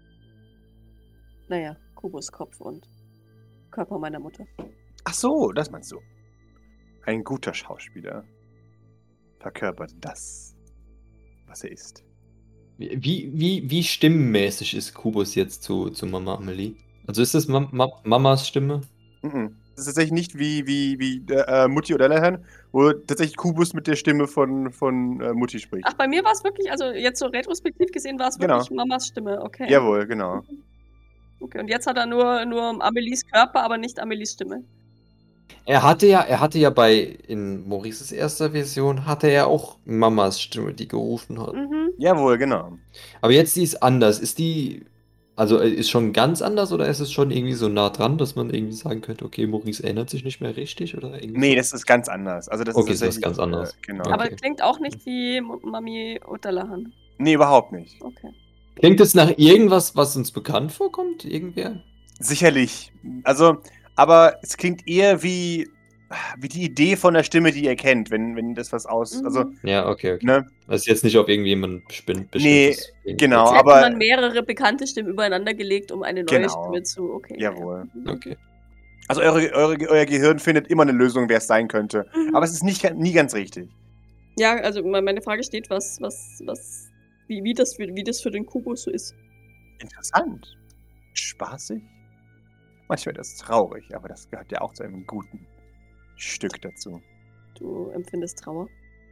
B: naja, Kubuskopf und Körper meiner Mutter.
C: Ach so, das meinst du. Ein guter Schauspieler verkörpert das, was er ist.
D: Wie, wie, wie stimmenmäßig ist Kubus jetzt zu, zu Mama Amelie? Also ist das Ma Ma Mamas Stimme?
C: Mhm. Das ist tatsächlich nicht wie, wie, wie äh, Mutti oder Lehan, wo tatsächlich Kubus mit der Stimme von, von äh, Mutti spricht.
B: Ach, bei mir war es wirklich, also jetzt so retrospektiv gesehen, war es
C: Genau.
B: wirklich Mamas Stimme, okay.
C: Jawohl, genau.
B: Okay, und jetzt hat er nur, nur Amelies Körper, aber nicht Amelies Stimme.
D: Er hatte ja, er hatte ja bei, in Maurices erster Version, hatte er auch Mamas Stimme, die gerufen hat.
B: Mhm.
C: Jawohl, genau.
D: Aber jetzt, die ist anders. Ist die, also äh, ist schon ganz anders oder ist es schon irgendwie so nah dran, dass man irgendwie sagen könnte, okay, Maurice erinnert sich nicht mehr richtig oder irgendwie
C: Nee,
D: so?
C: das ist ganz anders. Also das
D: Okay,
C: ist
D: ist was
C: tatsächlich,
D: ganz anderes.
C: Äh, genau.
D: Okay.
B: Aber klingt auch nicht wie M- Mami Otterlahan.
C: Nee, überhaupt nicht.
B: Okay.
D: Klingt es nach irgendwas, was uns bekannt vorkommt? Irgendwer?
C: Sicherlich. Also, aber es klingt eher wie, wie die Idee von der Stimme, die ihr kennt, wenn, wenn das was aus.
B: Mhm.
C: Also,
D: Ja, okay, okay.
C: ne?
D: Das ist jetzt nicht auf irgendjemand bestimmt,
C: Nee,
D: bestimmtes.
C: genau,
B: Jetzt hätte
C: aber-
B: man mehrere bekannte Stimmen übereinander gelegt, um eine neue
C: Genau.
B: Stimme zu. Okay.
C: Jawohl.
B: Ja.
D: Okay.
C: Also eure, eure, euer Gehirn findet immer eine Lösung, wer es sein könnte.
B: Mhm.
C: Aber es ist nicht, nie ganz richtig.
B: Ja, also me- meine Frage steht, was, was, was, wie, wie, das für, wie das für den Kubus so ist.
C: Interessant. Spaßig. Manchmal ist das traurig, aber das gehört ja auch zu einem guten Stück dazu.
B: Du empfindest Trauer.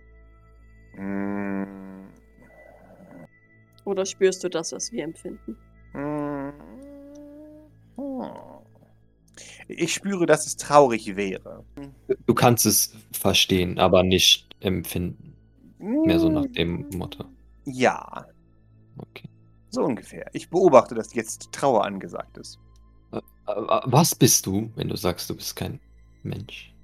C: Mm.
B: Oder spürst du das, was wir empfinden?
C: Mm. Hm. Ich spüre, dass es traurig wäre.
D: Du kannst es verstehen, aber nicht empfinden. Mehr so nach dem Motto.
C: Ja,
D: Okay.
C: so ungefähr. Ich beobachte, dass jetzt Trauer angesagt ist.
D: Äh, äh, Was bist du, wenn du sagst, du bist kein Mensch?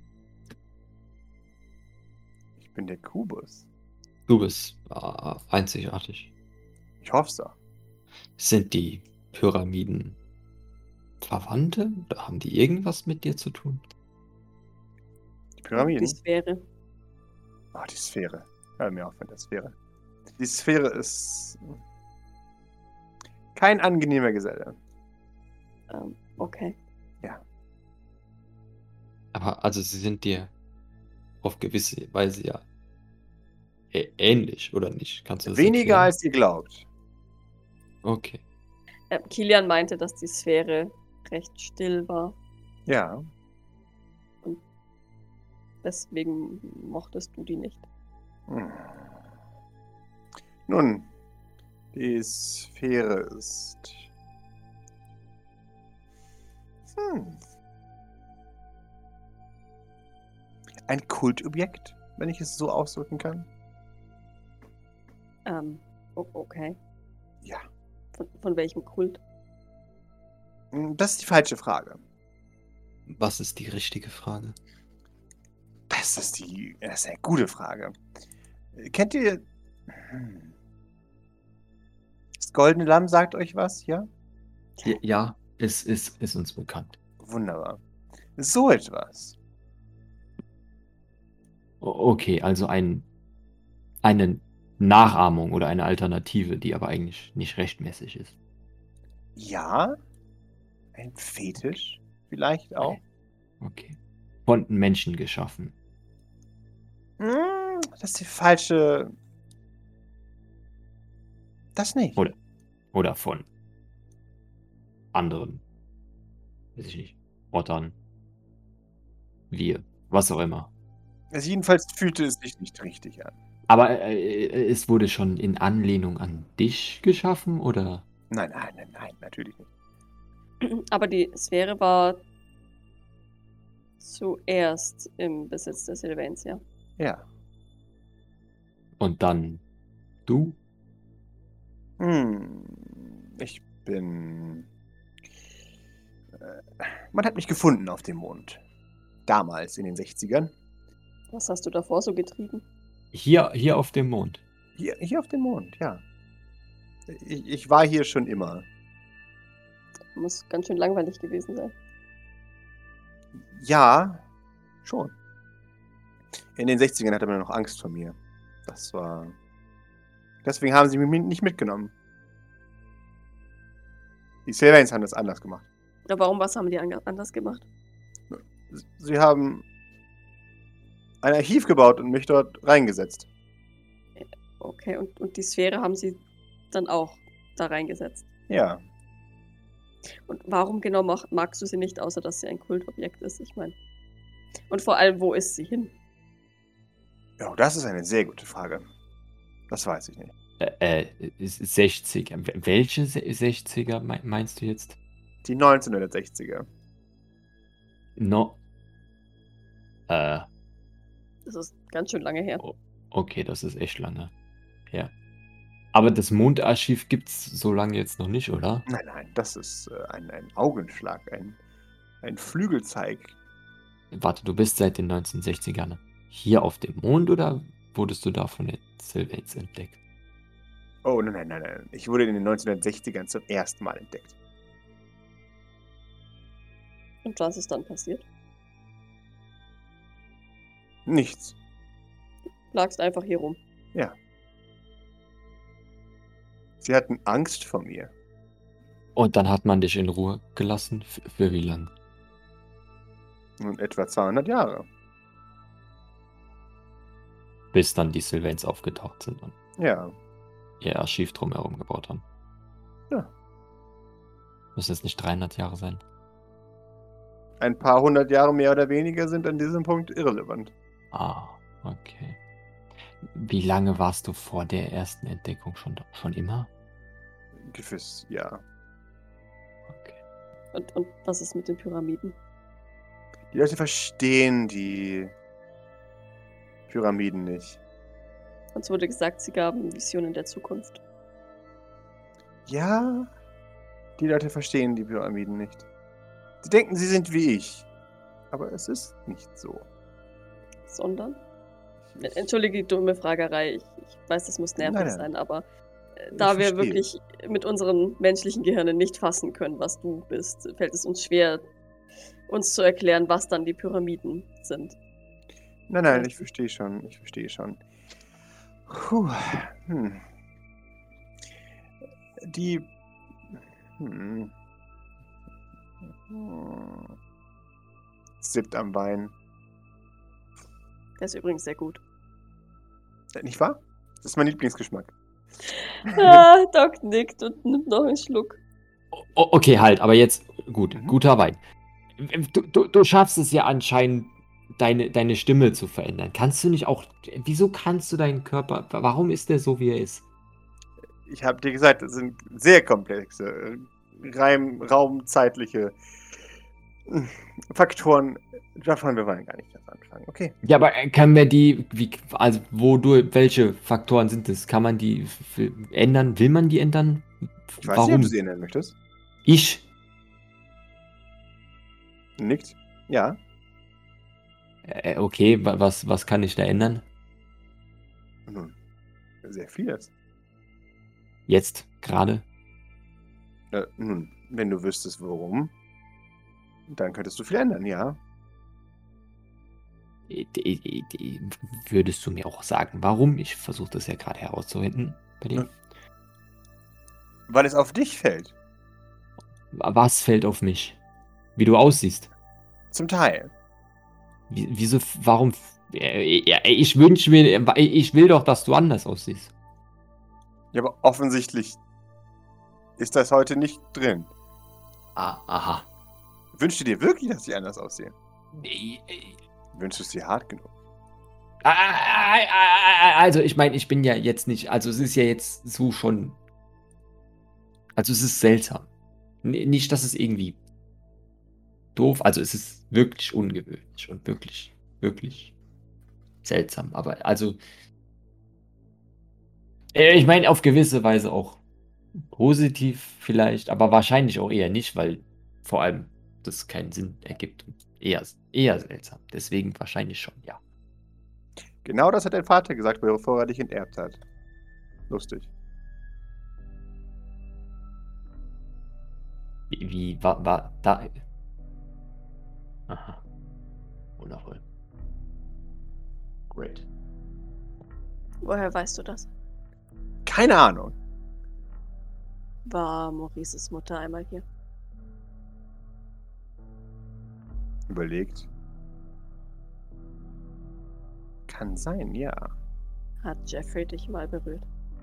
C: Ich bin der Kubus.
D: Du bist äh, einzigartig.
C: Ich hoffe so.
D: Sind die Pyramiden Verwandte? Oder haben die irgendwas mit dir zu tun?
C: Die Pyramiden.
B: Die Sphäre.
C: Oh, die Sphäre. Hör mir auf mit der Sphäre. Die Sphäre ist kein angenehmer Geselle.
B: Ähm, okay.
D: Aber also sie sind dir auf gewisse Weise ja ä- ähnlich, oder nicht? Kannst du das
C: Weniger
D: erklären?
C: als ihr glaubt.
D: Okay.
B: Ähm, Kilian meinte, dass die Sphäre recht still war.
C: Ja.
B: Deswegen mochtest du die nicht.
C: Hm. Nun, die Sphäre ist. Hm. Ein Kultobjekt, wenn ich es so ausdrücken kann.
B: Ähm, o- okay.
C: Ja.
B: Von, von welchem Kult?
C: Hm, Das ist die falsche Frage.
D: Was ist die richtige Frage?
C: Das ist die. Das ist eine gute Frage. Kennt ihr. Hm. Das Goldene Lamm sagt euch was, ja?
D: Ja, ja, es ist, ist uns bekannt.
C: Wunderbar. So etwas.
D: O- Okay, also ein, eine Nachahmung oder eine Alternative, die aber eigentlich nicht rechtmäßig ist.
C: Ja? Ein Fetisch? Vielleicht auch?
D: Okay. Von Menschen geschaffen.
C: Hm, das ist die falsche. Das nicht.
D: Oder, oder von anderen. Weiß ich nicht. Rottern. Wir. Was auch immer.
C: Also jedenfalls fühlte es sich nicht richtig an.
D: Aber äh, es wurde schon in Anlehnung an dich geschaffen, oder?
C: Nein, nein, nein, nein, natürlich nicht.
B: Aber die Sphäre war zuerst im Besitz der Sylvains,
C: Ja.
D: Und dann du?
C: Hm, ich bin. Äh, man hat mich gefunden auf dem Mond. Damals in den sechzigern.
B: Was hast du davor so getrieben?
D: Hier, hier auf dem Mond.
C: Hier, hier auf dem Mond, ja. Ich, ich war hier schon immer.
B: Muss ganz schön langweilig gewesen sein.
C: Ja, schon. In den sechzigern hatte man noch Angst vor mir. Das war. Deswegen haben sie mich nicht mitgenommen. Die Sylvains haben das anders gemacht.
B: Aber warum, was haben die an- anders gemacht?
C: Sie haben ein Archiv gebaut und mich dort reingesetzt.
B: Okay, und, und die Sphäre haben sie dann auch da reingesetzt.
C: Ja.
B: Und warum genau mach, magst du sie nicht, außer dass sie ein Kultobjekt ist? Ich meine. Und vor allem, wo ist sie hin?
C: Ja, das ist eine sehr gute Frage. Das weiß ich nicht.
D: Äh, äh, sechziger. Welche Se- sechziger mei- meinst du jetzt?
C: Die neunzehnhundertsechziger.
D: No. Äh,
B: Das ist ganz schön lange her.
D: okay, das ist echt lange. Ja. Aber das Mondarchiv gibt's so lange jetzt noch nicht, oder?
C: Nein, nein, das ist äh, ein, ein Augenschlag, ein, ein Flügelzeig.
D: Warte, du bist seit den neunzehnhundertsechzigern hier auf dem Mond oder wurdest du da von den Sylvains entdeckt?
C: Oh, nein, nein, nein, nein. Ich wurde in den neunzehnhundertsechzigern zum ersten Mal entdeckt.
B: Und was ist dann passiert?
C: Nichts.
B: Lagst einfach hier rum.
C: Ja. Sie hatten Angst vor mir.
D: Und dann hat man dich in Ruhe gelassen? F für wie lang?
C: Nun etwa zweihundert Jahre.
D: Bis dann die Sylvains aufgetaucht sind und
C: Ja.
D: ihr Archiv drumherum gebaut haben.
C: Ja.
D: Muss es nicht dreihundert Jahre sein?
C: Ein paar hundert Jahre mehr oder weniger sind an diesem Punkt irrelevant.
D: Ah, okay. Wie lange warst du vor der ersten Entdeckung schon da? Schon immer?
C: Gewiss, ja.
D: Okay.
B: Und, und was ist mit den Pyramiden?
C: Die Leute verstehen die Pyramiden nicht.
B: Uns wurde gesagt, sie gaben Visionen der Zukunft.
C: Ja, die Leute verstehen die Pyramiden nicht. Sie denken, sie sind wie ich. Aber es ist nicht so.
B: Sondern? Entschuldige die dumme Fragerei. Ich, ich weiß, das muss nervig
C: Nein, nein.
B: sein, aber äh, da
C: Ich
B: wir
C: verstehe.
B: wirklich mit unseren menschlichen Gehirnen nicht fassen können, was du bist, fällt es uns schwer, uns zu erklären, was dann die Pyramiden sind.
C: Nein, nein, ich verstehe schon. Ich verstehe schon. Puh. Hm. Die. Hm. Hm. Sippt am Wein.
B: Der ist übrigens sehr gut.
C: Äh, Nicht wahr? Das ist mein Lieblingsgeschmack.
B: Ah, Doc nickt und nimmt noch einen Schluck.
D: O okay, halt, aber jetzt, gut,
C: Mhm.
D: guter Wein. Du, du, du schaffst es ja anscheinend, deine, deine Stimme zu verändern. Kannst du nicht auch, wieso kannst du deinen Körper, warum ist der so, wie er ist?
C: Ich habe dir gesagt, das sind sehr komplexe, äh, reim, raumzeitliche äh, Faktoren. Davon wir wollen gar nicht erst anfangen. Okay.
D: Ja, aber äh, können wir die, wie, also wodurch, welche Faktoren sind das? Kann man die f- f- ändern? Will man die ändern?
C: Ich weiß nicht,
D: Warum?
C: ob du sie ändern möchtest.
D: Ich?
C: Nickt. Ja.
D: Äh, okay, wa- was, was kann ich da ändern?
C: Nun, sehr vieles.
D: Jetzt, gerade?
C: Äh, nun, wenn du wüsstest, warum. Dann könntest du viel ändern, ja.
D: Äh, d- d- d- Würdest du mir auch sagen, warum? Ich versuche das ja gerade herauszufinden bei dir.
C: Nun, weil es auf dich fällt.
D: Was fällt auf mich? Wie du aussiehst?
C: Zum Teil.
D: Wie, wieso, f- warum? f- äh, äh, Ich wünsche mir, äh, ich will doch, dass du anders aussiehst.
C: Ja, aber offensichtlich ist das heute nicht drin.
D: Ah, aha.
C: Wünschst du dir wirklich, dass ich anders aussehe?
D: Äh, äh,
C: Wünschst du es dir hart genug?
D: Ah, ah, ah, ah, Also, ich meine, ich bin ja jetzt nicht, also es ist ja jetzt so schon, also es ist seltsam. N- Nicht, dass es irgendwie doof, also es ist wirklich ungewöhnlich und wirklich, wirklich seltsam. Aber also, äh, ich meine, auf gewisse Weise auch positiv vielleicht, aber wahrscheinlich auch eher nicht, weil vor allem das keinen Sinn ergibt und eher, eher seltsam. Deswegen wahrscheinlich schon, ja.
C: Genau das hat dein Vater gesagt, bevor er dich enterbt hat. Lustig.
D: Wie, wie war, war da. Aha. Wundervoll. Great.
B: Woher weißt du das?
C: Keine Ahnung.
B: War Maurices Mutter einmal hier?
C: Überlegt. Kann sein, ja.
B: Hat Jeffrey dich mal berührt?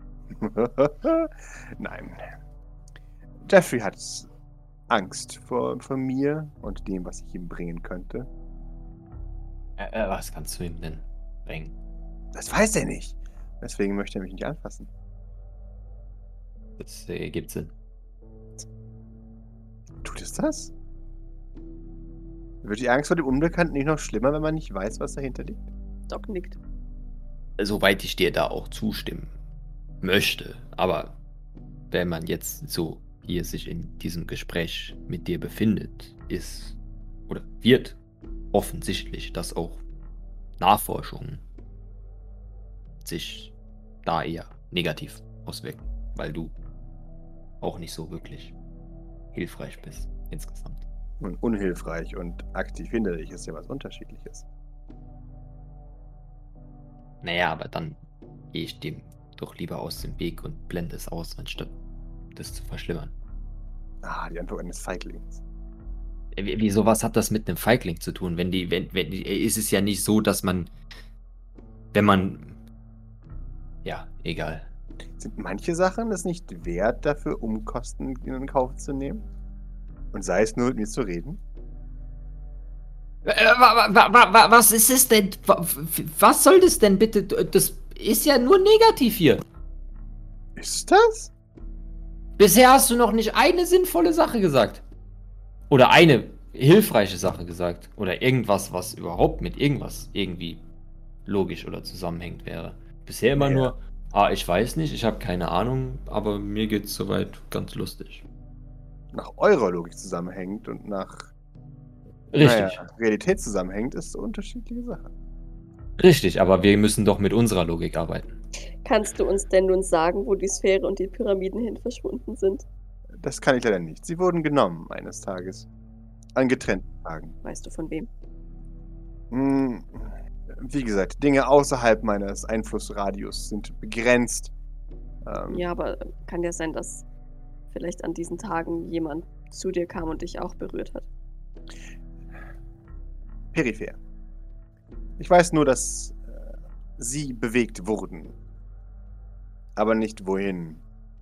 C: Nein. Jeffrey hat Angst vor, vor mir und dem, was ich ihm bringen könnte.
D: Äh, äh, was kannst du ihm denn bringen?
C: Das weiß er nicht. Deswegen möchte er mich nicht anfassen.
D: Das äh, gibt Sinn.
C: Tut es das? Wird die Angst vor dem Unbekannten nicht noch schlimmer, wenn man nicht weiß, was dahinter liegt?
B: Doc nickt.
D: Soweit ich dir da auch zustimmen möchte. Aber wenn man jetzt so hier sich in diesem Gespräch mit dir befindet, ist oder wird offensichtlich, dass auch Nachforschungen sich da eher negativ auswirken, weil du auch nicht so wirklich hilfreich bist insgesamt.
C: Und unhilfreich und aktiv hinderlich ist ja was Unterschiedliches.
D: Naja, aber dann gehe ich dem doch lieber aus dem Weg und blende es aus, anstatt das zu verschlimmern.
C: Ah, die Antwort eines Feiglings.
D: Äh, wie- Wieso, was hat das mit einem Feigling zu tun? Wenn die, wenn, wenn die, ist es ja nicht so, dass man, wenn man, ja, egal.
C: Sind manche Sachen es nicht wert, dafür Umkosten in Kauf zu nehmen? Und sei es nur mit mir zu reden?
D: Äh, wa- wa- wa- wa- Was ist es denn? Wa- Was soll das denn bitte? Das ist ja nur negativ hier.
C: Ist das?
D: Bisher hast du noch nicht eine sinnvolle Sache gesagt. Oder eine hilfreiche Sache gesagt. Oder irgendwas, was überhaupt mit irgendwas irgendwie logisch oder zusammenhängt wäre. Bisher immer
C: Ja.
D: nur, ah, ich weiß nicht, ich habe keine Ahnung, aber mir geht's soweit ganz lustig.
C: Nach eurer Logik zusammenhängt und nach
D: Richtig,
C: naja, Realität zusammenhängt, ist eine unterschiedliche Sache.
D: richtig, aber wir müssen doch mit unserer Logik arbeiten.
B: Kannst du uns denn nun sagen, wo die Sphäre und die Pyramiden hin verschwunden sind?
C: Das kann ich leider nicht. Sie wurden genommen eines Tages. An getrennten Tagen.
B: Weißt du von wem?
C: Hm, wie gesagt, Dinge außerhalb meines Einflussradius sind begrenzt. Ähm,
B: Ja, aber kann ja sein, dass vielleicht an diesen Tagen jemand zu dir kam und dich auch berührt hat.
C: Peripher. Ich weiß nur, dass äh, sie bewegt wurden. Aber nicht wohin.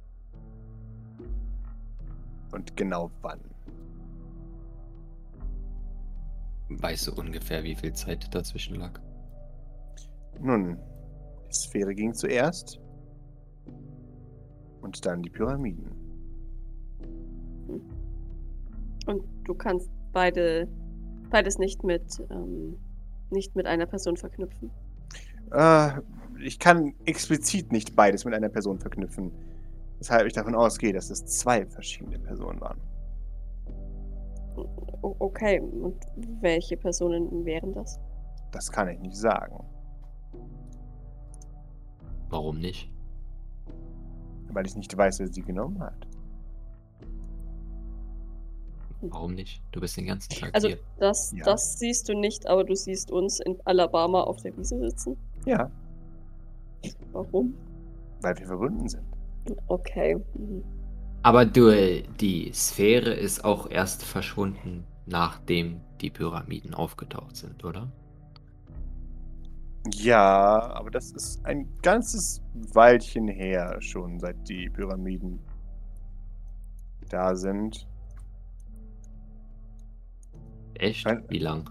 C: Und genau wann.
D: Weißt du ungefähr, wie viel Zeit dazwischen lag?
C: Nun, die Sphäre ging zuerst. Und dann die Pyramiden.
B: Und du kannst beide, beides nicht mit, ähm, nicht mit einer Person verknüpfen.
C: Äh, ich kann explizit nicht beides mit einer Person verknüpfen. Weshalb ich davon ausgehe, dass es zwei verschiedene Personen waren.
B: O okay, und welche Personen wären das?
C: Das kann ich nicht sagen.
D: Warum nicht?
C: Weil ich nicht weiß, wer sie genommen hat.
D: Warum nicht? Du bist den ganzen Tag
B: Also
D: hier.
B: das,
C: Ja.
B: das siehst du nicht, aber du siehst uns in Alabama auf der Wiese sitzen.
C: Ja,
B: Warum?
C: weil wir verbunden sind.
B: Okay. Mhm.
D: Aber du, äh, die Sphäre ist auch erst verschwunden, nachdem die Pyramiden aufgetaucht sind, oder?
C: Ja, aber das ist ein ganzes Weilchen her schon, seit die Pyramiden da sind.
D: Echt?
C: Nein.
D: Wie lang?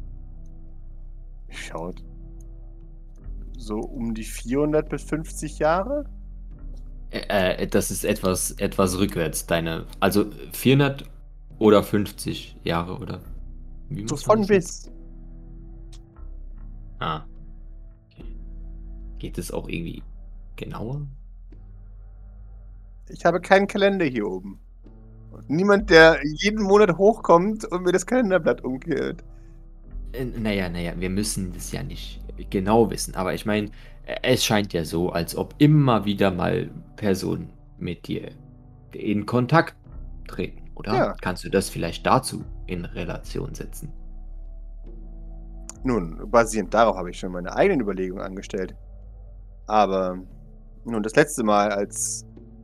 C: Schaut. So um die vierhundert bis fünfzig Jahre?
D: Äh, äh, das ist etwas, etwas rückwärts, deine. Also vierhundert oder fünfzig Jahre, oder? Wie
C: So
D: muss man
C: von
D: das
C: bis.
D: Ah. Okay. Geht es auch irgendwie genauer?
C: Ich habe keinen Kalender hier oben. Und niemand, der jeden Monat hochkommt und mir das Kalenderblatt umkehrt.
D: Äh, naja, naja, wir müssen das ja nicht genau wissen, aber ich meine, es scheint ja so, als ob immer wieder mal Personen mit dir in Kontakt treten, oder?
C: Ja.
D: Kannst du das vielleicht dazu in Relation setzen?
C: Nun, basierend darauf habe ich schon meine eigenen Überlegungen angestellt. Aber nun, das letzte Mal, als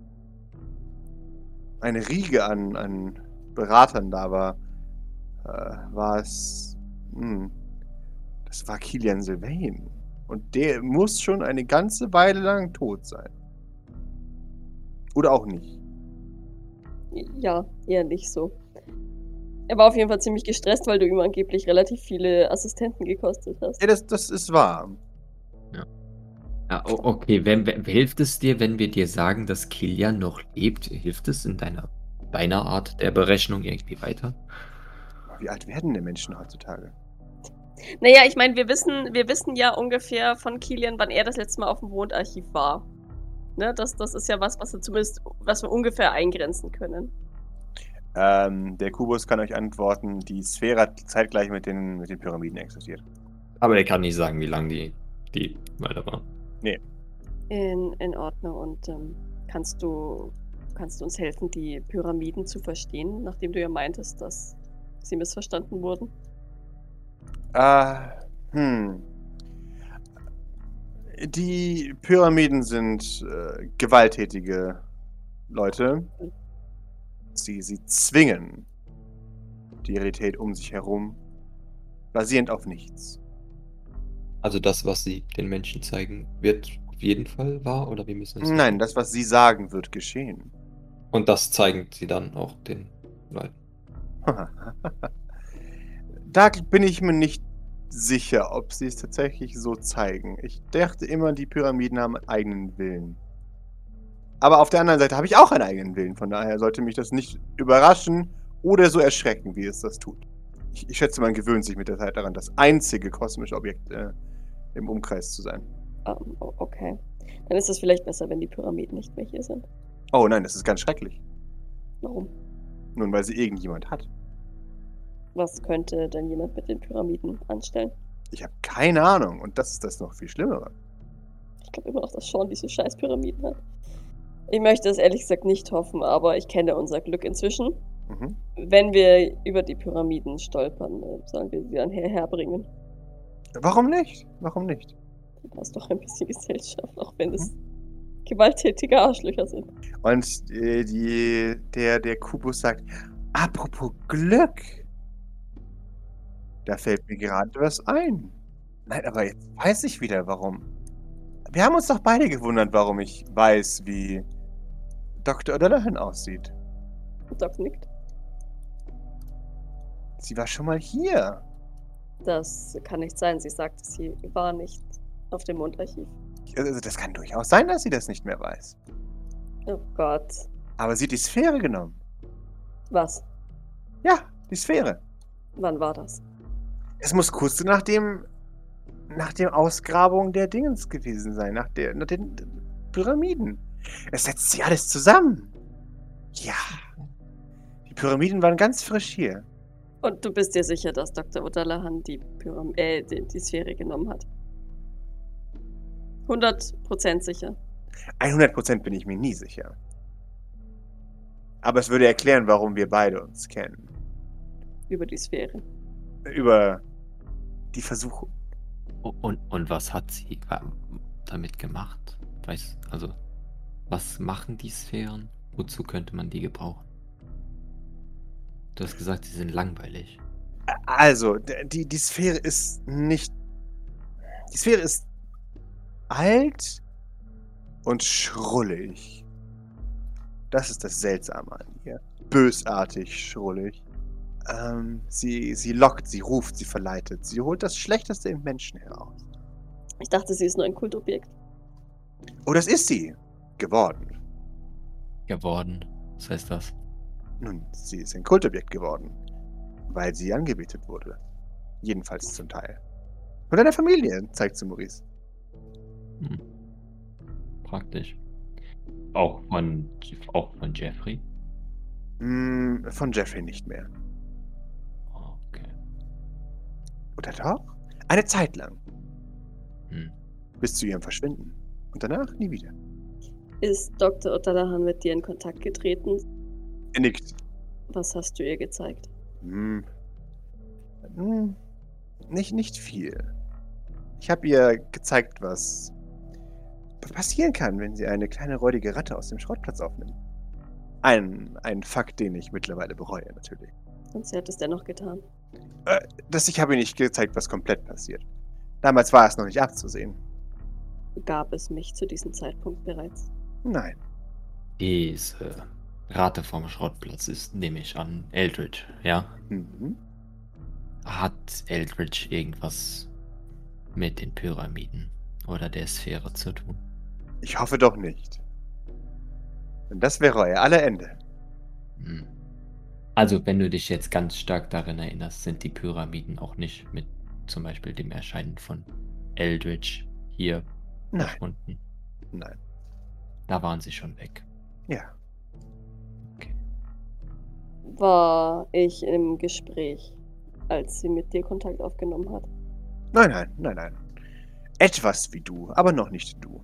C: eine Riege an, an Beratern da war, äh, war es. Hm, das war Kilian Sylvain. Und der muss schon eine ganze Weile lang tot sein. Oder auch nicht.
B: Ja, eher nicht so. Er war auf jeden Fall ziemlich gestresst, weil du ihm angeblich relativ viele Assistenten gekostet hast.
C: Ja, das, das ist wahr.
D: Ja, o- okay, wenn, wenn, hilft es dir, wenn wir dir sagen, dass Kilian noch lebt? Hilft es in deiner, deiner Art der Berechnung irgendwie weiter?
C: Wie alt werden denn Menschen heutzutage?
B: Naja, ich meine, wir wissen, wir wissen ja ungefähr von Kilian, wann er das letzte Mal auf dem Mondarchiv war. Ne, das, das ist ja was, was wir zumindest, was wir ungefähr eingrenzen können.
C: Ähm, der Kubus kann euch antworten, die Sphäre hat zeitgleich mit den, mit den Pyramiden existiert.
D: Aber er kann nicht sagen, wie lange die, die weiter waren.
B: In, in Ordnung. Und ähm, kannst du kannst du uns helfen, die Pyramiden zu verstehen, nachdem du ja meintest, dass sie missverstanden wurden?
C: Äh, hm. Die Pyramiden sind äh, gewalttätige Leute. Sie, sie zwingen die Realität um sich herum, basierend auf nichts.
D: Also das, was sie den Menschen zeigen, wird auf jeden Fall wahr, oder wie müssen wir es
C: Nein,
D: verstehen?
C: das, was sie sagen, wird geschehen.
D: Und das zeigen sie dann auch den Leuten.
C: Da bin ich mir nicht sicher, ob sie es tatsächlich so zeigen. Ich dachte immer, die Pyramiden haben einen eigenen Willen. Aber auf der anderen Seite habe ich auch einen eigenen Willen. Von daher sollte mich das nicht überraschen oder so erschrecken, wie es das tut. Ich, ich schätze, man gewöhnt sich mit der Zeit daran, das einzige kosmische Objekt äh, im Umkreis zu sein.
B: Ähm, o- okay. Dann ist es vielleicht besser, wenn die Pyramiden nicht mehr hier sind.
C: Oh nein, das ist ganz schrecklich.
B: Warum?
C: Nun, weil sie irgendjemand hat.
B: Was könnte denn jemand mit den Pyramiden anstellen?
C: Ich habe keine Ahnung. Und das ist das noch viel Schlimmere.
B: Ich glaube immer noch, dass Sean diese scheiß Pyramiden hat. Ich möchte es ehrlich gesagt nicht hoffen, aber ich kenne unser Glück inzwischen.
C: Mhm.
B: Wenn wir über die Pyramiden stolpern, äh, sollen wir sie dann hierher bringen.
C: Warum nicht? Warum nicht?
B: Da ist doch ein bisschen Gesellschaft, auch wenn es gewalttätige Arschlöcher sind.
C: Und äh, die, der, der Kubus sagt, apropos Glück. Da fällt mir gerade was ein. Nein, aber jetzt weiß ich wieder, warum. Wir haben uns doch beide gewundert, warum ich weiß, wie Doktor O'Dallahan aussieht.
B: Doc nickt.
C: Sie war schon mal hier.
B: Das kann nicht sein. Sie sagte, sie war nicht auf dem Mondarchiv.
C: Also das kann durchaus sein, dass sie das nicht mehr weiß.
B: Oh Gott.
C: Aber sie hat die Sphäre genommen.
B: Was?
C: Ja, die Sphäre.
B: Wann war das?
C: Es muss kurz nach dem, nach dem Ausgrabung der Dingens gewesen sein, nach, der, nach den Pyramiden. Es setzt sich alles zusammen. Ja. Die Pyramiden waren ganz frisch hier.
B: Und du bist dir sicher, dass Doktor O'Dallahan die, Pyram äh, die, die Sphäre genommen hat? hundert Prozent sicher.
C: hundert Prozent bin ich mir nie sicher. Aber es würde erklären, warum wir beide uns kennen.
B: über die Sphäre.
C: Über die Versuchung.
D: Und, und was hat sie damit gemacht? Weiß, also, was machen die Sphären? Wozu könnte man die gebrauchen? Du hast gesagt, sie sind langweilig.
C: Also, die, die Sphäre ist nicht... Die Sphäre ist alt und schrullig. Das ist das Seltsame an ihr. Bösartig schrullig. Ähm, sie, sie lockt, sie ruft, sie verleitet. Sie holt das Schlechteste im Menschen heraus.
B: Ich dachte, sie ist nur ein Kultobjekt.
C: Oh, das ist sie. Geworden.
D: Geworden. Was heißt das?
C: Nun, sie ist ein Kultobjekt geworden. Weil sie angebetet wurde. Jedenfalls zum Teil. Von deiner Familie, zeigt sie Maurice.
D: Hm. Praktisch. Auch von, auch von Jeffrey?
C: Hm, von Jeffrey nicht mehr.
D: Okay.
C: Oder doch? Eine Zeit lang.
D: Hm.
C: Bis zu ihrem Verschwinden. Und danach nie wieder.
B: Ist Doktor O'Dallahan mit dir in Kontakt getreten?
C: Er nickt.
B: Was hast du ihr gezeigt?
C: Hm. Hm. Nicht, nicht viel. Ich habe ihr gezeigt, was passieren kann, wenn sie eine kleine räudige Ratte aus dem Schrottplatz aufnimmt. Ein, ein Fakt, den ich mittlerweile bereue, natürlich.
B: Und sie hat es dennoch getan.
C: Äh, das, ich habe ihr nicht gezeigt, was komplett passiert. Damals war es noch nicht abzusehen.
B: Gab es mich zu diesem Zeitpunkt bereits?
C: Nein.
D: Diese Rate vom Schrottplatz ist, nehme ich an, Eldritch, ja?
C: Mhm.
D: Hat Eldritch irgendwas mit den Pyramiden oder der Sphäre zu tun?
C: Ich hoffe doch nicht. Denn das wäre euer aller Ende.
D: Hm. Also, wenn du dich jetzt ganz stark daran erinnerst, sind die Pyramiden auch nicht mit zum Beispiel dem Erscheinen von Eldritch hier
C: Nein.
D: verschwunden.
C: Nein.
D: Da waren sie schon weg.
C: Ja.
D: Okay.
B: War ich im Gespräch, als sie mit dir Kontakt aufgenommen hat?
C: Nein, nein, nein, nein. Etwas wie du, aber noch nicht du.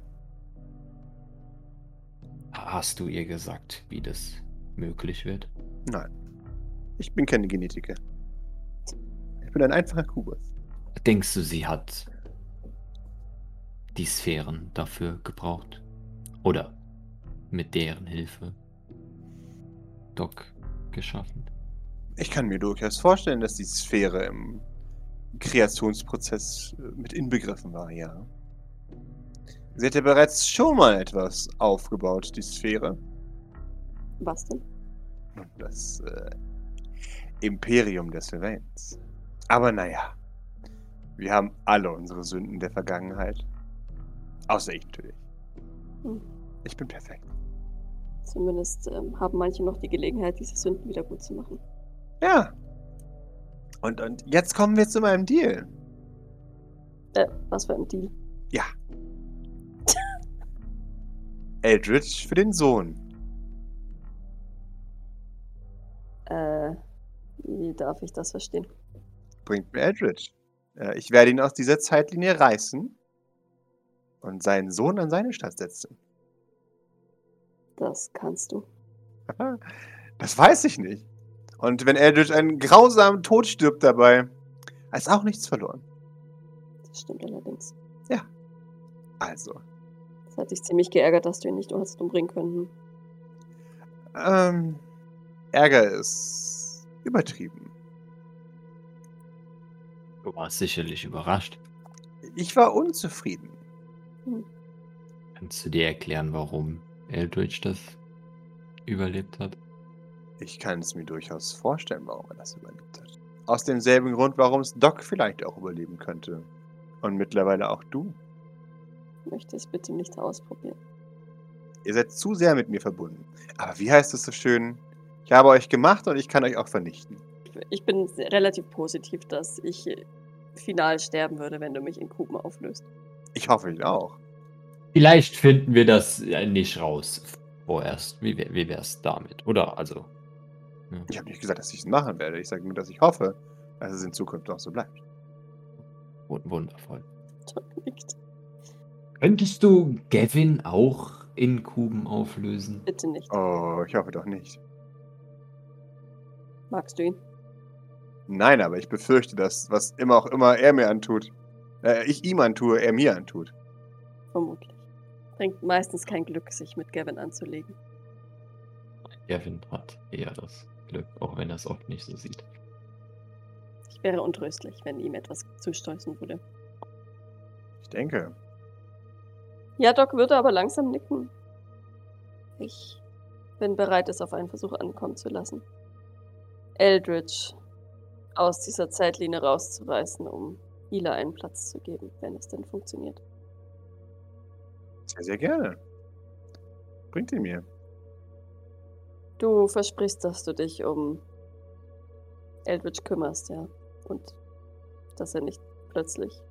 D: Hast du ihr gesagt, wie das möglich wird?
C: Nein. Ich bin keine Genetiker. Ich bin ein einfacher Kubus.
D: Denkst du, sie hat die Sphären dafür gebraucht? Oder mit deren Hilfe Doc geschaffen?
C: Ich kann mir durchaus vorstellen, dass die Sphäre im Kreationsprozess mit inbegriffen war, ja. Sie hatte bereits schon mal etwas aufgebaut, die Sphäre.
B: Was denn?
C: Das äh, Imperium des Verwehens. Aber naja, wir haben alle unsere Sünden der Vergangenheit. Außer ich natürlich.
B: Hm.
C: Ich bin perfekt.
B: Zumindest ähm, haben manche noch die Gelegenheit, diese Sünden wieder gut zu machen.
C: Ja. Und, und jetzt kommen wir zu meinem Deal.
B: Äh, was für ein Deal?
C: Ja. Eldritch für den Sohn.
B: Äh, wie darf ich das verstehen?
C: Bringt mir Eldritch. Äh, ich werde ihn aus dieser Zeitlinie reißen und seinen Sohn an seine Stadt setzen.
B: Das kannst du.
C: Das weiß ich nicht. Und wenn Eldritch einen grausamen Tod stirbt dabei, ist auch nichts verloren.
B: Das stimmt allerdings.
C: Ja. Also.
B: Das hat dich ziemlich geärgert, dass du ihn nicht hast umbringen können.
C: Ähm, Ärger ist übertrieben.
D: Du warst sicherlich überrascht.
C: Ich war unzufrieden.
B: Hm.
D: Kannst du dir erklären, warum Eldritch das überlebt hat?
C: Ich kann es mir durchaus vorstellen, warum er das überlebt hat. Aus demselben Grund, warum es Doc vielleicht auch überleben könnte. Und mittlerweile auch du.
B: Ich möchte es bitte nicht ausprobieren.
C: Ihr seid zu sehr mit mir verbunden. Aber wie heißt es so schön? Ich habe euch gemacht und ich kann euch auch vernichten.
B: Ich bin sehr- relativ positiv, dass ich äh, final sterben würde, wenn du mich in Kuben auflöst.
C: Ich hoffe, ich auch.
D: Vielleicht finden wir das ja nicht raus vorerst. Wie, wär- wie wär's damit? Oder also. Ja.
C: Ich habe nicht gesagt, dass ich es machen werde. Ich sage nur, dass ich hoffe, dass es in Zukunft auch so bleibt.
D: wun- Wundervoll.
B: Doc nickt.
D: Könntest du Gavin auch in Kuben auflösen?
B: Bitte nicht.
C: Oh, ich hoffe doch nicht.
B: Magst du ihn?
C: Nein, aber ich befürchte, dass was immer auch immer er mir antut, äh, ich ihm antue, er mir antut.
B: Vermutlich. Bringt meistens kein Glück, sich mit Gavin anzulegen.
D: Gavin hat eher das Glück, auch wenn er es oft nicht so sieht.
B: Ich wäre untröstlich, wenn ihm etwas zustoßen würde.
C: Ich denke.
B: Ja, Doc würde aber langsam nicken. Ich bin bereit, es auf einen Versuch ankommen zu lassen. Eldridge aus dieser Zeitlinie rauszureißen, um Ila einen Platz zu geben, wenn es denn funktioniert.
C: Sehr, sehr gerne. Bringt ihn mir.
B: Du versprichst, dass du dich um Eldridge kümmerst, ja. Und dass er nicht plötzlich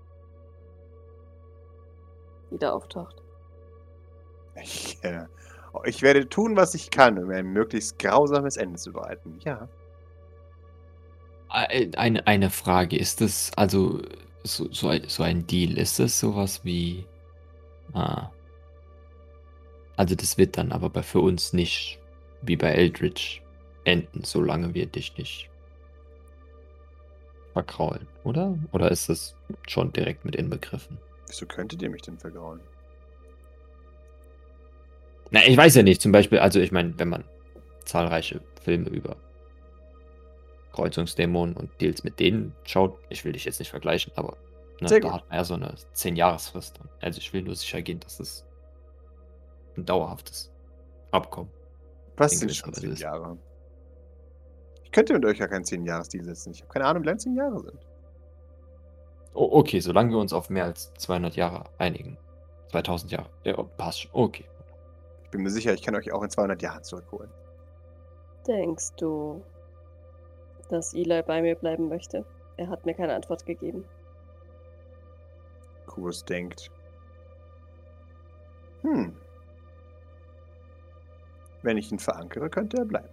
B: wieder auftaucht.
C: Ich, äh, ich werde tun, was ich kann, um ein möglichst grausames Ende zu bereiten. Ja.
D: Äh, Eine, eine Frage, ist das also so, so, ein, so ein Deal, ist das sowas wie, ah, also das wird dann aber bei, für uns nicht wie bei Eldridge enden, solange wir dich nicht verkraulen, oder? Oder ist das schon direkt mit inbegriffen?
C: Wieso könntet ihr mich denn vergrauen?
D: Na, ich weiß ja nicht, zum Beispiel, also ich meine, wenn man zahlreiche Filme über Kreuzungsdämonen und Deals mit denen schaut, ich will dich jetzt nicht vergleichen, aber ne,
C: Sehr
D: da
C: gut.
D: hat man ja so eine zehn-Jahres-Frist. Also ich will nur sicher gehen, dass es ein dauerhaftes Abkommen
C: Was
D: in
C: sind
D: gewisser
C: schon
D: Weise
C: zehn
D: ist.
C: Jahre? Ich könnte mit euch ja keinen zehn-Jahres-Deal setzen. Ich habe keine Ahnung, wie lange zehn Jahre sind.
D: Oh, okay, solange wir uns auf mehr als zweihundert Jahre einigen. zweitausend Jahre. Ja, passt schon. Okay.
C: Ich bin mir sicher, ich kann euch auch in zweihundert Jahren zurückholen.
B: Denkst du, dass Eli bei mir bleiben möchte? Er hat mir keine Antwort gegeben.
C: Kurs denkt. Hm. Wenn ich ihn verankere, könnte er bleiben.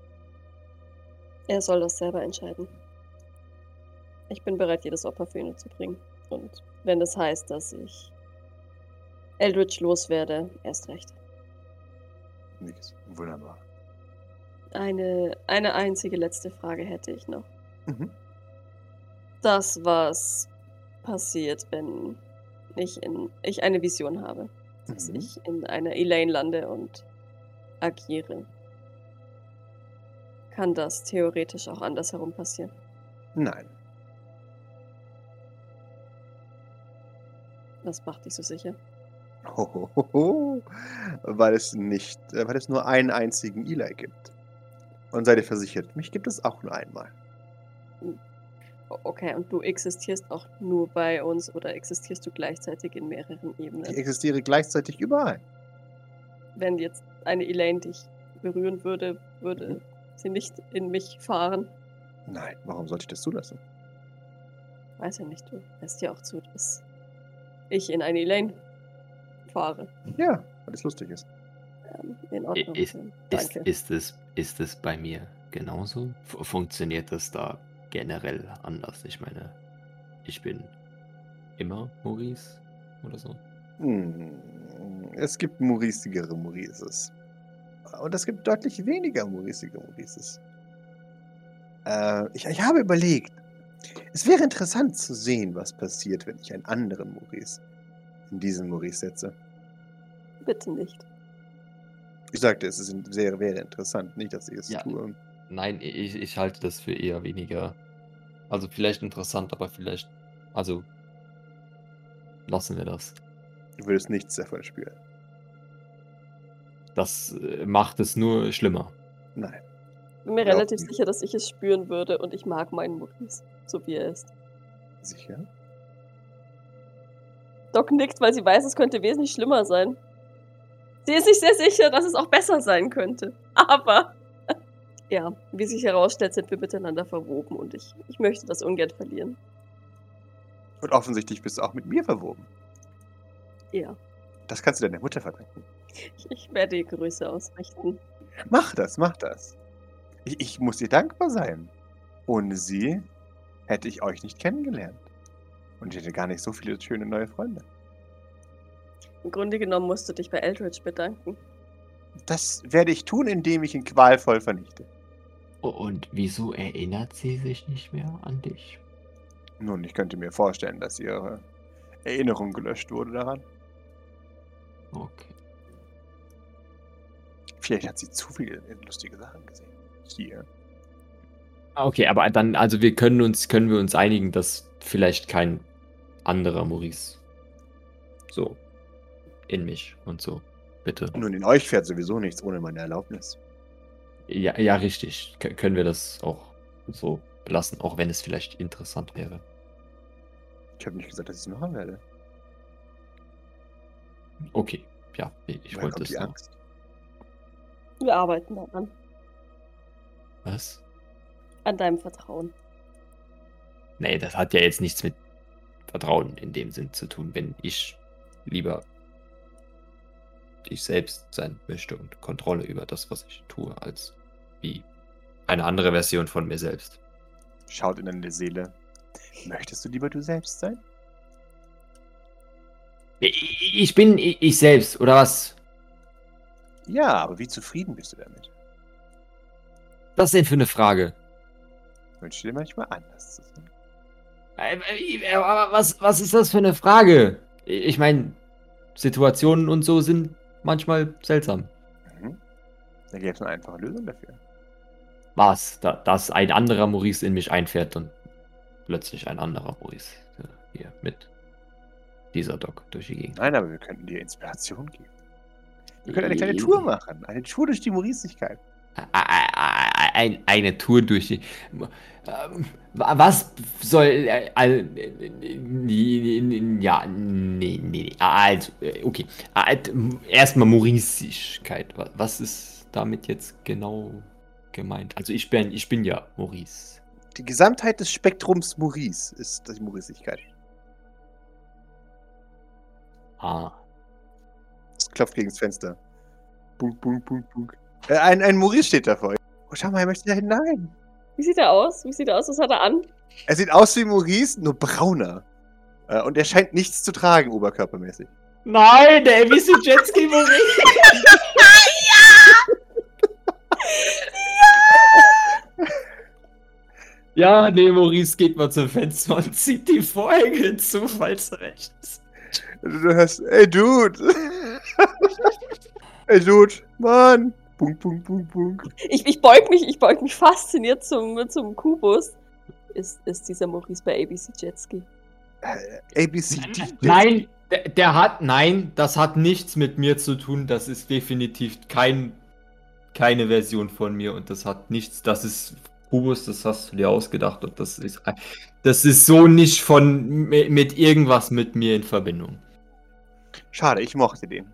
B: Er soll das selber entscheiden. Ich bin bereit, jedes Opfer für ihn zu bringen. Und wenn das heißt, dass ich Eldridge loswerde, erst recht.
C: Nix. Wunderbar.
B: Eine, eine einzige letzte Frage hätte ich noch.
C: Mhm.
B: Das, was passiert, wenn ich, in, ich eine Vision habe. Dass
C: Mhm.
B: ich in einer Elaine lande und agiere. Kann das theoretisch auch andersherum passieren?
C: Nein.
B: Das macht dich so sicher.
C: Hohoho. Weil es nicht, äh, weil es nur einen einzigen Eli gibt. Und seid ihr versichert, mich gibt es auch nur einmal.
B: O- Okay, und du existierst auch nur bei uns oder existierst du gleichzeitig in mehreren
C: Ich
B: Ebenen?
C: existiere gleichzeitig überall.
B: Wenn jetzt eine Elaine dich berühren würde, würde
C: Mhm.
B: sie nicht in mich fahren.
C: Nein, warum sollte ich das zulassen?
B: Weiß ja nicht, du lässt ja auch zu, dass ich in eine Elaine fahre.
C: Ja, weil es lustig ist.
B: Ähm, in Ordnung.
D: Ist,
B: ähm,
D: ist,
B: Danke.
D: ist, es, ist es bei mir genauso? F funktioniert das da generell anders? Ich meine, ich bin immer Maurice oder so.
C: Hm, es gibt mauricigere Maurices. Und es gibt deutlich weniger mauricige Maurices. Äh, ich, ich habe überlegt, es wäre interessant zu sehen, was passiert, wenn ich einen anderen Maurice in diesen Maurice setze.
B: Bitte nicht.
C: Ich sagte, es ist, in- sehr, wäre interessant, nicht, dass ich es
D: Ja.
C: tue.
D: Nein, ich, ich halte das für eher weniger. Also vielleicht interessant, aber vielleicht. Also lassen wir das.
C: Du würdest nichts davon spüren.
D: Das äh, macht es nur schlimmer.
C: Nein.
B: Bin mir
C: Ja.
B: relativ sicher, dass ich es spüren würde und ich mag meinen Maurice, so wie er ist.
C: Sicher?
B: Doc nickt, weil sie weiß, es könnte wesentlich schlimmer sein. Sie ist sich sehr sicher, dass es auch besser sein könnte. Aber, ja, wie sich herausstellt, sind wir miteinander verwoben und ich, ich möchte das ungern verlieren.
C: Und offensichtlich bist du auch mit mir verwoben.
B: Ja,
C: Das kannst du deiner Mutter verdanken.
B: ich, ich werde ihr Grüße ausrichten.
C: Mach das, mach das. Ich, ich muss ihr dankbar sein. Ohne sie hätte ich euch nicht kennengelernt. Und ich hätte gar nicht so viele schöne neue Freunde.
B: Im Grunde genommen musst du dich bei Eldridge bedanken.
C: Das werde ich tun, indem ich ihn qualvoll vernichte.
D: Und wieso erinnert sie sich nicht mehr an dich?
C: Nun, ich könnte mir vorstellen, dass ihre Erinnerung gelöscht wurde daran.
D: Okay.
C: Vielleicht hat sie zu viele lustige Sachen gesehen. Hier.
D: Okay, aber dann, also wir können uns, können wir uns einigen, dass vielleicht kein anderer Maurice so in mich und so. Bitte.
C: Nun, in euch fährt sowieso nichts ohne meine Erlaubnis.
D: Ja, ja, richtig. K können wir das auch so belassen, auch wenn es vielleicht interessant wäre.
C: Ich habe nicht gesagt, dass ich es machen werde.
D: Okay, ja, ich
C: Woher
D: wollte
C: kommt
D: es
C: die
D: noch.
C: Angst?
B: Wir arbeiten daran.
D: Was?
B: An deinem Vertrauen.
D: Nee, das hat ja jetzt nichts mit Vertrauen in dem Sinn zu tun, wenn ich lieber ich selbst sein möchte und Kontrolle über das, was ich tue, als wie eine andere Version von mir selbst.
C: Schaut in deine Seele. Möchtest du lieber du selbst sein?
D: Ich ich bin ich ich selbst, oder was?
C: Ja, aber wie zufrieden bist du damit?
D: Was denn für eine Frage?
C: Wünschst du dir manchmal anders zu sein?
D: Äh, äh, Aber was, was ist das für eine Frage? Ich meine, Situationen und so sind manchmal seltsam.
C: Mhm. Da gäbe es eine einfache Lösung dafür.
D: Was? Da, dass ein anderer Maurice in mich einfährt und plötzlich ein anderer Maurice äh, hier mit dieser Doc durch die Gegend.
C: Nein, aber wir könnten dir Inspiration geben. Wir können eine kleine Tour machen. Eine Tour durch die Mauriceigkeit.
D: Ein, eine Tour durch die. Ähm, Was soll. Äh, äh, ja, nee, nee. Also, okay. Erstmal Mauricigkeit. Was ist damit jetzt genau gemeint? Also, ich bin, ich bin ja Maurice.
C: Die Gesamtheit des Spektrums Maurice ist die Mauriceigkeit.
D: Ah.
C: Es klopft gegen das Fenster. Bunk, bunk, bunk, bunk. Äh, ein, ein Maurice steht da vor euch. Oh, schau mal, er möchte da hinein.
B: Wie sieht er aus? Wie sieht er aus? Was hat er an?
C: Er sieht aus wie Maurice, nur brauner. Äh, und er scheint nichts zu tragen, oberkörpermäßig.
D: Nein, der Abby Jetski Maurice. Ja, nee, Maurice geht mal zum Fenster und zieht die Vorhänge zu, falls er recht ist.
C: Du hörst, ey Dude. Ey Dude, Mann. Bunk, bunk, bunk, bunk.
B: Ich, ich beug mich, ich beug mich fasziniert zum, zum Kubus. Ist, ist dieser Maurice bei A B C Jetski?
C: Äh, A B C D.
D: Nein, der, der hat, nein, das hat nichts mit mir zu tun. Das ist definitiv kein, keine Version von mir und das hat nichts, das ist Kubus, das hast du dir ausgedacht und das ist, das ist so nicht von, mit irgendwas mit mir in Verbindung.
C: Schade, ich mochte den.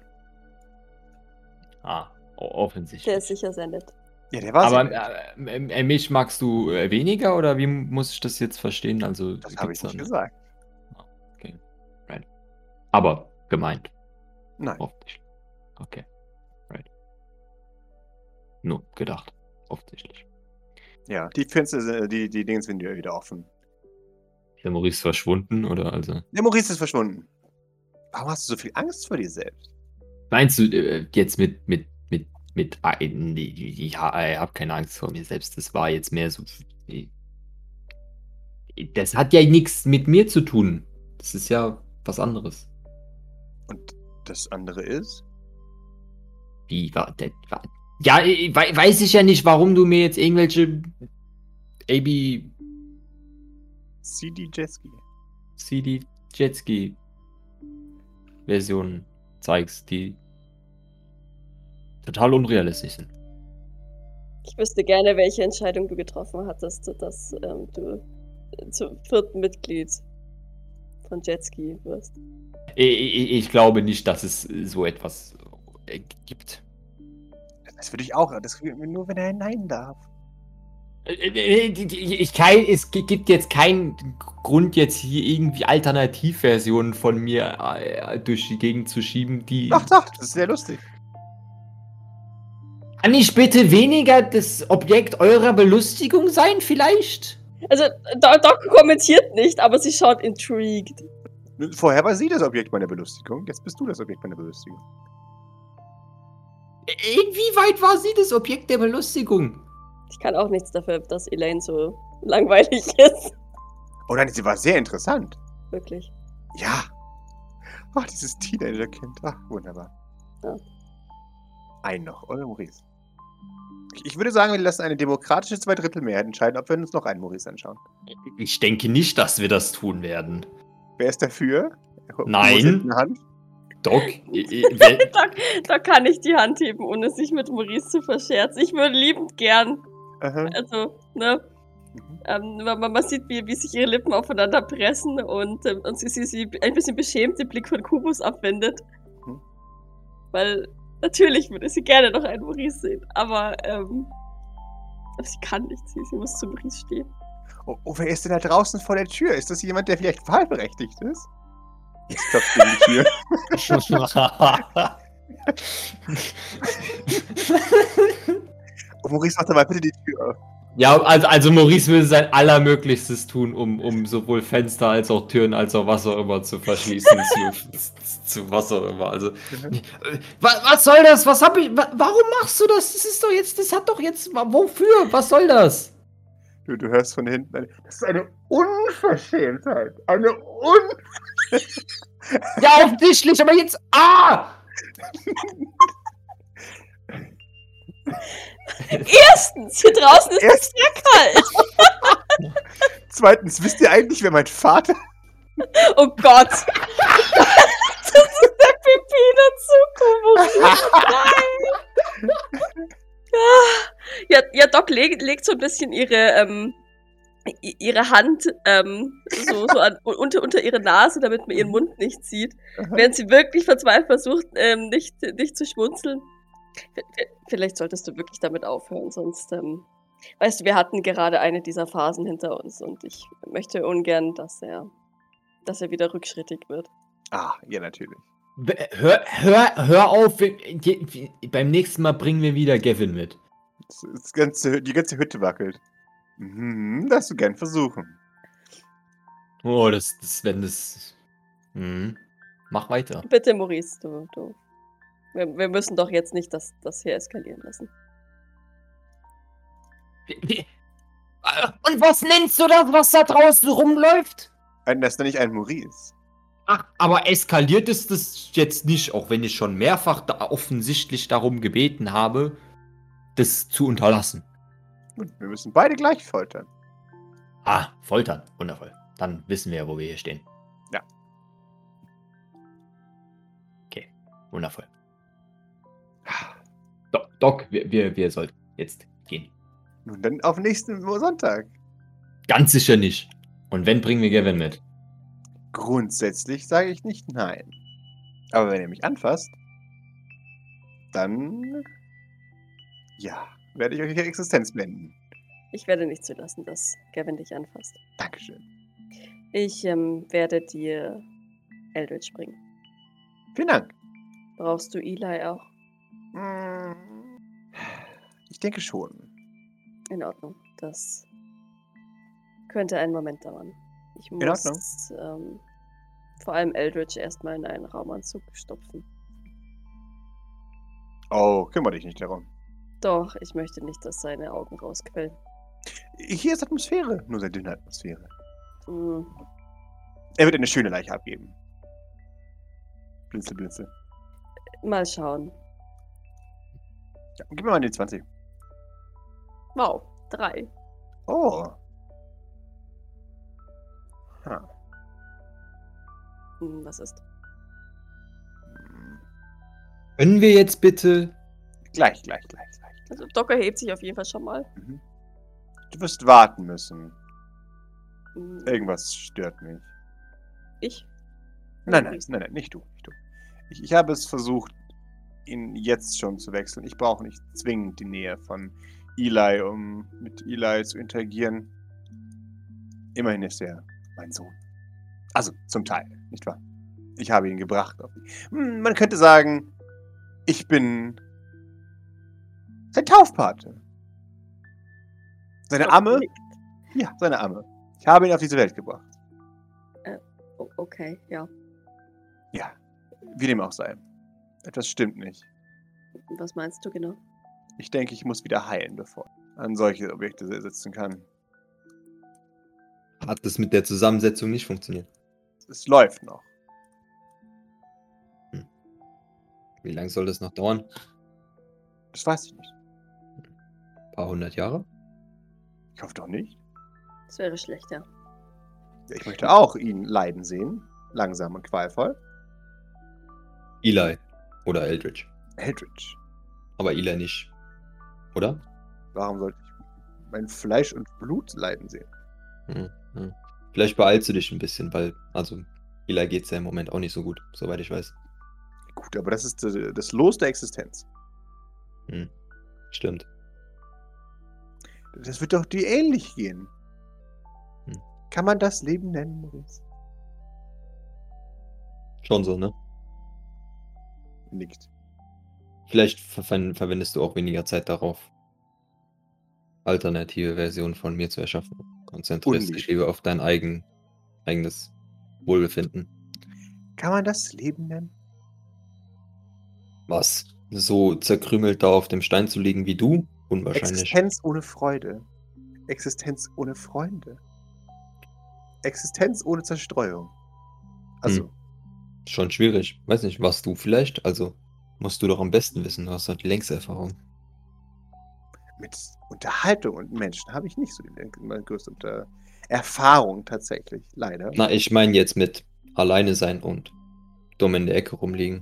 D: Ah, offensichtlich.
B: Der ist sicher sehr nett.
C: Ja, der war
D: Aber
C: sehr nett.
D: äh, äh, mich magst du äh, weniger oder wie muss ich das jetzt verstehen? Also,
C: Das habe ich
D: gibt's
C: nicht
D: da-
C: gesagt.
D: Okay, right. Aber gemeint.
C: Nein.
D: Offensichtlich. Okay, right. Nur gedacht. Offensichtlich.
C: Ja, die Fenster, sind- die, die Dinge sind wieder offen.
D: Ist der Maurice verschwunden oder also?
C: Der Maurice ist verschwunden. Warum hast du so viel Angst vor dir selbst?
D: Meinst du äh, jetzt mit, mit, mit, mit, ah, äh, nee, ich ha- ich habe keine Angst vor mir selbst. Das war jetzt mehr so. äh, Das hat ja nichts mit mir zu tun. Das ist ja was anderes.
C: Und das andere ist?
D: Wie war das? War, ja, ich, wei- weiß ich ja nicht, warum du mir jetzt irgendwelche A B
C: C D Jetski.
D: C D Jetski Versionen zeigst, die total unrealistisch sind.
B: Ich wüsste gerne, welche Entscheidung du getroffen hattest, dass ähm, du zum vierten Mitglied von Jetski wirst.
D: Ich, ich, ich glaube nicht, dass es so etwas äh, gibt.
C: Das würde ich auch. Das kriegt man nur, wenn er hinein darf.
D: Äh, äh, Ich, kein, es gibt jetzt keinen Grund, jetzt hier irgendwie Alternativversionen von mir äh, durch die Gegend zu schieben, die.
C: Doch, doch, das ist sehr lustig.
D: Kann ich bitte weniger das Objekt eurer Belustigung sein, vielleicht?
B: Also, Do- Doc kommentiert nicht, aber sie schaut intrigued.
C: Vorher war sie das Objekt meiner Belustigung, jetzt bist du das Objekt meiner Belustigung.
D: Inwieweit war sie das Objekt der Belustigung?
B: Ich kann auch nichts dafür, dass Elaine so langweilig ist.
C: Oh nein, sie war sehr interessant.
B: Wirklich.
C: Ja. Ach, dieses Teenager-Kind. Ach, wunderbar.
B: Ja.
C: Ein noch, oder Maurice? Ich- Ich würde sagen, wir lassen eine demokratische Zweidrittelmehrheit entscheiden, ob wir uns noch einen Maurice anschauen.
D: Ich denke nicht, dass wir das tun werden.
C: Wer ist dafür?
D: Nein.
C: Maurice hebt eine Hand.
D: Doc, i- i- wenn-
B: Da, da kann ich die Hand heben, ohne sich mit Maurice zu verscherzen. Ich würde liebend gern.
C: Aha.
B: Also, ne?
C: Mhm.
B: Ähm, man, man sieht, wie, wie sich ihre Lippen aufeinander pressen und, ähm, und sie, sie, sie ein bisschen beschämt den Blick von Kubus abwendet.
C: Mhm.
B: Weil natürlich würde sie gerne noch einen Maurice sehen, aber, ähm, aber sie kann nicht. Sie, sie muss zu Maurice stehen.
C: Oh, oh, wer ist denn da draußen vor der Tür? Ist das jemand, der vielleicht wahlberechtigt ist? Jetzt klopft gegen die Tür. Oh, Maurice, mach doch mal bitte die Tür auf.
D: Ja, also, also Maurice will sein Allermöglichstes tun, um, um sowohl Fenster als auch Türen als auch was auch immer zu verschließen. zu, zu was auch immer. Also, was, was soll das? Was hab ich? wa- Warum machst du das? Das ist doch jetzt, das hat doch jetzt, wa- wofür? Was soll das?
C: Du, du hörst von hinten eine, das ist eine Unverschämtheit. Eine Un...
D: Ja, offensichtlich, aber jetzt, ah!
B: Erstens, hier draußen ist es
C: Erst,
B: sehr kalt.
C: zweitens, wisst ihr eigentlich, wer mein Vater...
B: Oh Gott. Das ist der Pipi dazu, Kubus. Nein. Ja, ja, Doc legt, legt so ein bisschen ihre, ähm, i- ihre Hand ähm, so, so an, unter, unter ihre Nase, damit man ihren Mund nicht sieht. Während sie wirklich verzweifelt versucht, ähm, nicht, nicht zu schmunzeln. V- v- Vielleicht solltest du wirklich damit aufhören, sonst, ähm, weißt du, wir hatten gerade eine dieser Phasen hinter uns und ich möchte ungern, dass er, dass er wieder rückschrittig wird.
C: Ah, ja, natürlich.
D: B- Hör, hör, hör auf, wir- je- beim nächsten Mal bringen wir wieder Gavin mit.
C: Das, das ganze, die ganze Hütte wackelt. Mhm, darfst du gern versuchen.
D: Oh, das, das, wenn das, mhm. Mach weiter.
B: Bitte, Maurice, du, du. Wir, wir müssen doch jetzt nicht das, das hier eskalieren lassen.
D: Wie- wie- Und was nennst du das, was da draußen rumläuft?
C: Ein, das ist doch nicht ein Maurice.
D: Ach, aber eskaliert ist das jetzt nicht, auch wenn ich schon mehrfach da offensichtlich darum gebeten habe, das zu unterlassen.
C: Gut, wir müssen beide gleich foltern.
D: Ah, foltern. Wundervoll. Dann wissen wir ja, wo wir hier stehen.
C: Ja.
D: Okay, wundervoll. Doc, Doc wir, wir, wir sollten jetzt gehen.
C: Nun dann auf nächsten Sonntag.
D: Ganz sicher nicht. Und wenn, bringen wir Gavin mit.
C: Grundsätzlich sage ich nicht nein. Aber wenn ihr mich anfasst, dann... Ja, werde ich euch eure Existenz blenden.
B: Ich werde nicht zulassen, dass Gavin dich anfasst.
C: Dankeschön.
B: Ich ähm, werde dir Eldritch bringen.
C: Vielen Dank.
B: Brauchst du Eli auch?
C: Hm, Ich denke schon.
B: In Ordnung. Das könnte einen Moment dauern. Ich
C: In Ordnung.
B: muss ähm, vor allem Eldritch erstmal in einen Raumanzug stopfen.
C: Oh, kümmere dich nicht darum.
B: Doch, ich möchte nicht, dass seine Augen rausquellen.
C: Hier ist Atmosphäre, nur sehr dünne Atmosphäre.
B: Hm,
C: Er wird eine schöne Leiche abgeben. Blinzel, blinzel.
B: mal schauen.
C: Ja, gib mir mal die zwanzig.
B: Wow, drei.
C: Oh. Ha.
B: Hm, was ist?
C: Hm.
D: Können wir jetzt bitte...
C: Gleich, gleich, gleich, gleich.
B: Also Doc erhebt sich auf jeden Fall schon mal.
C: Mhm. Du wirst warten müssen.
B: Hm,
C: Irgendwas stört mich.
B: ich?
C: Nein, nein, nein, nein, nicht du. Nicht du. Ich, ich habe es versucht, ihn jetzt schon zu wechseln. Ich brauche nicht zwingend die Nähe von Eli, um mit Eli zu interagieren. Immerhin ist er mein Sohn. Also, zum Teil, nicht wahr? Ich habe ihn gebracht. Auf die. Hm, Man könnte sagen, ich bin sein Taufpate. Seine Amme? Ja, seine Amme. Ich habe ihn auf diese Welt gebracht.
B: O- Okay, ja.
C: Ja, wie dem auch sei. Etwas stimmt nicht.
B: Was meinst du genau?
C: Ich denke, ich muss wieder heilen, bevor. an solche Objekte setzen kann.
D: Hat das mit der Zusammensetzung nicht funktioniert?
C: Es läuft noch.
D: Wie lange soll das noch dauern?
C: Das weiß ich nicht.
D: Ein paar hundert Jahre?
C: Ich hoffe doch nicht.
B: Das wäre schlecht, ja.
C: Ja, ich möchte auch ihn leiden sehen. Langsam und qualvoll.
D: Eli. Oder Eldritch.
C: Eldritch.
D: Aber Eli nicht. Oder?
C: Warum sollte ich mein Fleisch und Blut leiden sehen?
D: Hm, hm. Vielleicht beeilst du dich ein bisschen, weil, also, Eli geht's ja im Moment auch nicht so gut, soweit ich weiß.
C: Gut, aber das ist äh, das Los der Existenz.
D: Hm. Stimmt.
C: Das wird doch dir ähnlich gehen.
D: Hm.
C: Kann man das Leben nennen, Maurice?
D: Schon so, ne?
C: Nickt.
D: Vielleicht ver ver verwendest du auch weniger Zeit darauf, alternative Versionen von mir zu erschaffen. Konzentrierst
C: Unlieb.
D: dich lieber auf dein eigen, eigenes Wohlbefinden.
C: Kann man das Leben nennen?
D: Was? So zerkrümelt da auf dem Stein zu liegen wie du? Unwahrscheinlich.
C: Existenz ohne Freude. Existenz ohne Freunde. Existenz ohne Zerstreuung. Also,
D: Hm. Schon schwierig. Weiß nicht, was du vielleicht? Also, musst du doch am besten wissen. Du hast doch die längste Erfahrung.
C: mit Unterhaltung und Menschen habe ich nicht so die größte Unter Erfahrung tatsächlich, leider.
D: Na, ich meine jetzt mit alleine sein und dumm in der Ecke rumliegen.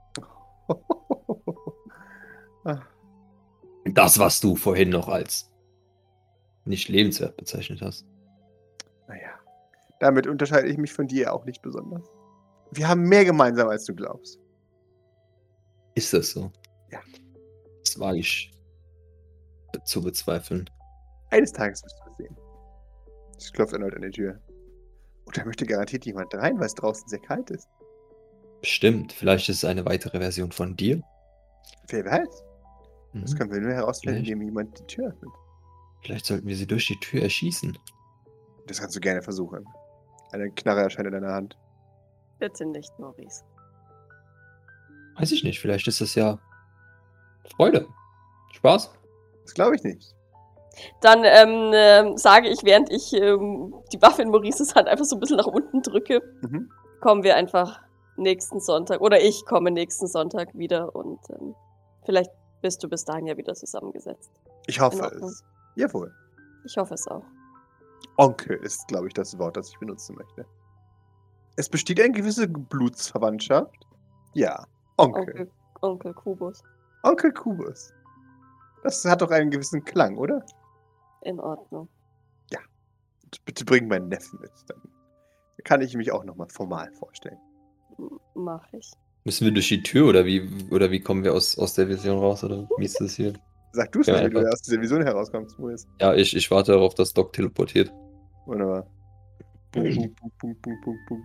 C: Ah,
D: Das, was du vorhin noch als nicht lebenswert bezeichnet hast.
C: naja, damit unterscheide ich mich von dir auch nicht besonders. Wir haben mehr gemeinsam, als du glaubst.
D: Ist das so?
C: Ja.
D: Das wage ich be- zu bezweifeln.
C: Eines Tages wirst du es sehen. Es klopft erneut an die Tür. Und da möchte garantiert jemand rein, weil es draußen sehr kalt ist.
D: Bestimmt. Vielleicht ist es eine weitere Version von dir.
C: Wer weiß? Das
D: Mhm.
C: können wir nur herausfinden,
D: Vielleicht.
C: indem jemand die Tür öffnet.
D: Vielleicht sollten wir sie durch die Tür erschießen.
C: Das kannst du gerne versuchen. Eine Knarre erscheint in deiner Hand.
B: Bitte nicht, Maurice.
D: Weiß ich nicht. Vielleicht ist das ja Freude. Spaß.
C: Das glaube ich nicht.
B: Dann ähm, ähm, sage ich, während ich ähm, die Waffe in Maurices Hand einfach so ein bisschen nach unten drücke,
C: Mhm.
B: kommen wir einfach nächsten Sonntag, oder ich komme nächsten Sonntag wieder und ähm, vielleicht bist du bis dahin ja wieder zusammengesetzt.
C: Ich
B: In
C: hoffe
B: Ordnung.
C: es. Jawohl.
B: Ich hoffe es auch.
C: Onkel ist, glaube ich, das Wort, das ich benutzen möchte. Es besteht eine gewisse Blutsverwandtschaft. Ja, Onkel.
B: Onkel, Onkel Kubus.
C: Onkel Kubus. Das hat doch einen gewissen Klang, oder?
B: In Ordnung.
C: Bitte bring meinen Neffen mit. Dann kann ich mich auch nochmal formal vorstellen.
B: M- Mach ich.
D: Müssen wir durch die Tür oder wie oder wie kommen wir aus, aus der Vision raus? Oder wie ist das hier?
C: Sag du es
D: Ja,
C: mal, wie du
D: einfach.
C: aus dieser Vision herauskommst, Maurice.
D: Ja, ich, ich warte darauf, dass Doc teleportiert.
C: Wunderbar. Punk, punk, punk, punk, punk, punk, punk.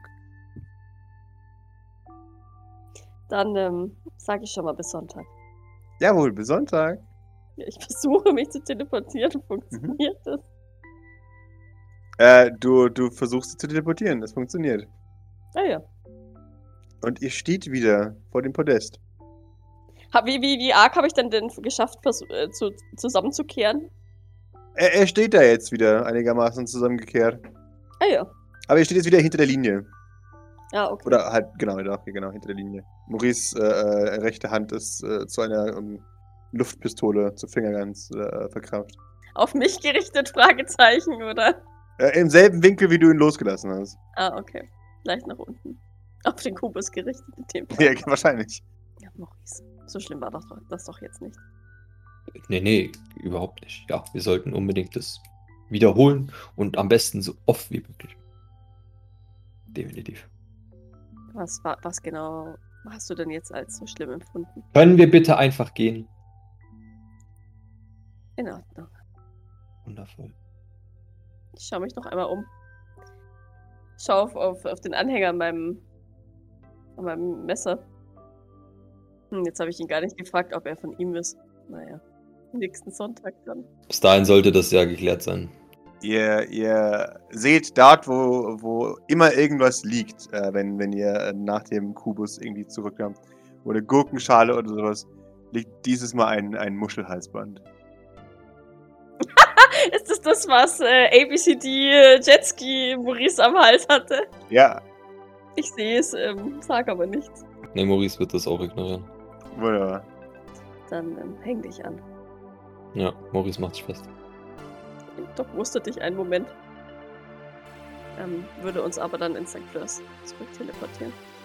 B: Dann ähm, sage ich schon mal bis Sonntag.
C: Jawohl, bis Sonntag.
B: Ja, ich versuche mich zu teleportieren. Funktioniert das?
C: Äh, du, du versuchst sie zu teleportieren. Das funktioniert.
B: Ah ja.
C: Und ihr steht wieder vor dem Podest.
B: Hab, wie, wie, wie arg habe ich denn denn geschafft, versu- äh, zu, zusammenzukehren?
C: Er, er steht da jetzt wieder einigermaßen zusammengekehrt.
B: Ah ja.
C: Aber er steht jetzt wieder hinter der Linie.
B: Ah, okay.
C: Oder halt, genau, doch, genau, hinter der Linie. Maurice äh, äh, rechte Hand ist äh, zu einer ähm, Luftpistole zu Fingerguns äh, verkrampft.
B: Auf mich gerichtet, Fragezeichen, oder?
C: Äh, Im selben Winkel, wie du ihn losgelassen hast.
B: Ah, okay. Leicht nach unten. Auf den Kubus gerichtet in dem Fall.
C: Ja, wahrscheinlich.
B: Ja, Maurice. So schlimm war das doch, das doch jetzt nicht.
D: Nee, nee, überhaupt nicht. Ja, wir sollten unbedingt das wiederholen und am besten so oft wie möglich. Definitiv.
B: Was, war, was genau hast du denn jetzt als so schlimm empfunden?
D: Können wir bitte einfach gehen?
B: In Ordnung.
D: Wundervoll.
B: Ich schaue mich noch einmal um. Schau auf, auf, auf den Anhänger an meinem, an meinem Messer. Hm, jetzt habe ich ihn gar nicht gefragt, ob er von ihm ist. Naja, nächsten Sonntag dann.
D: Bis dahin sollte das ja geklärt sein.
C: Ihr, ihr seht dort, wo, wo immer irgendwas liegt, äh, wenn, wenn ihr äh, nach dem Kubus irgendwie zurückkommt, wo eine Gurkenschale oder sowas, liegt dieses Mal ein, ein Muschelhalsband.
B: Ist das das, was äh, A B C D äh, Jetski Maurice am Hals hatte?
C: Ja,
B: Ich sehe es, ähm, sag aber nichts.
E: Ne, Maurice wird das auch ignorieren.
C: wunderbar.
B: Dann ähm, häng dich an.
E: Ja, Maurice macht sich fest.
B: Doch musste dich einen Moment. Ähm, würde uns aber dann in Sankt Fleurs zurück teleportieren.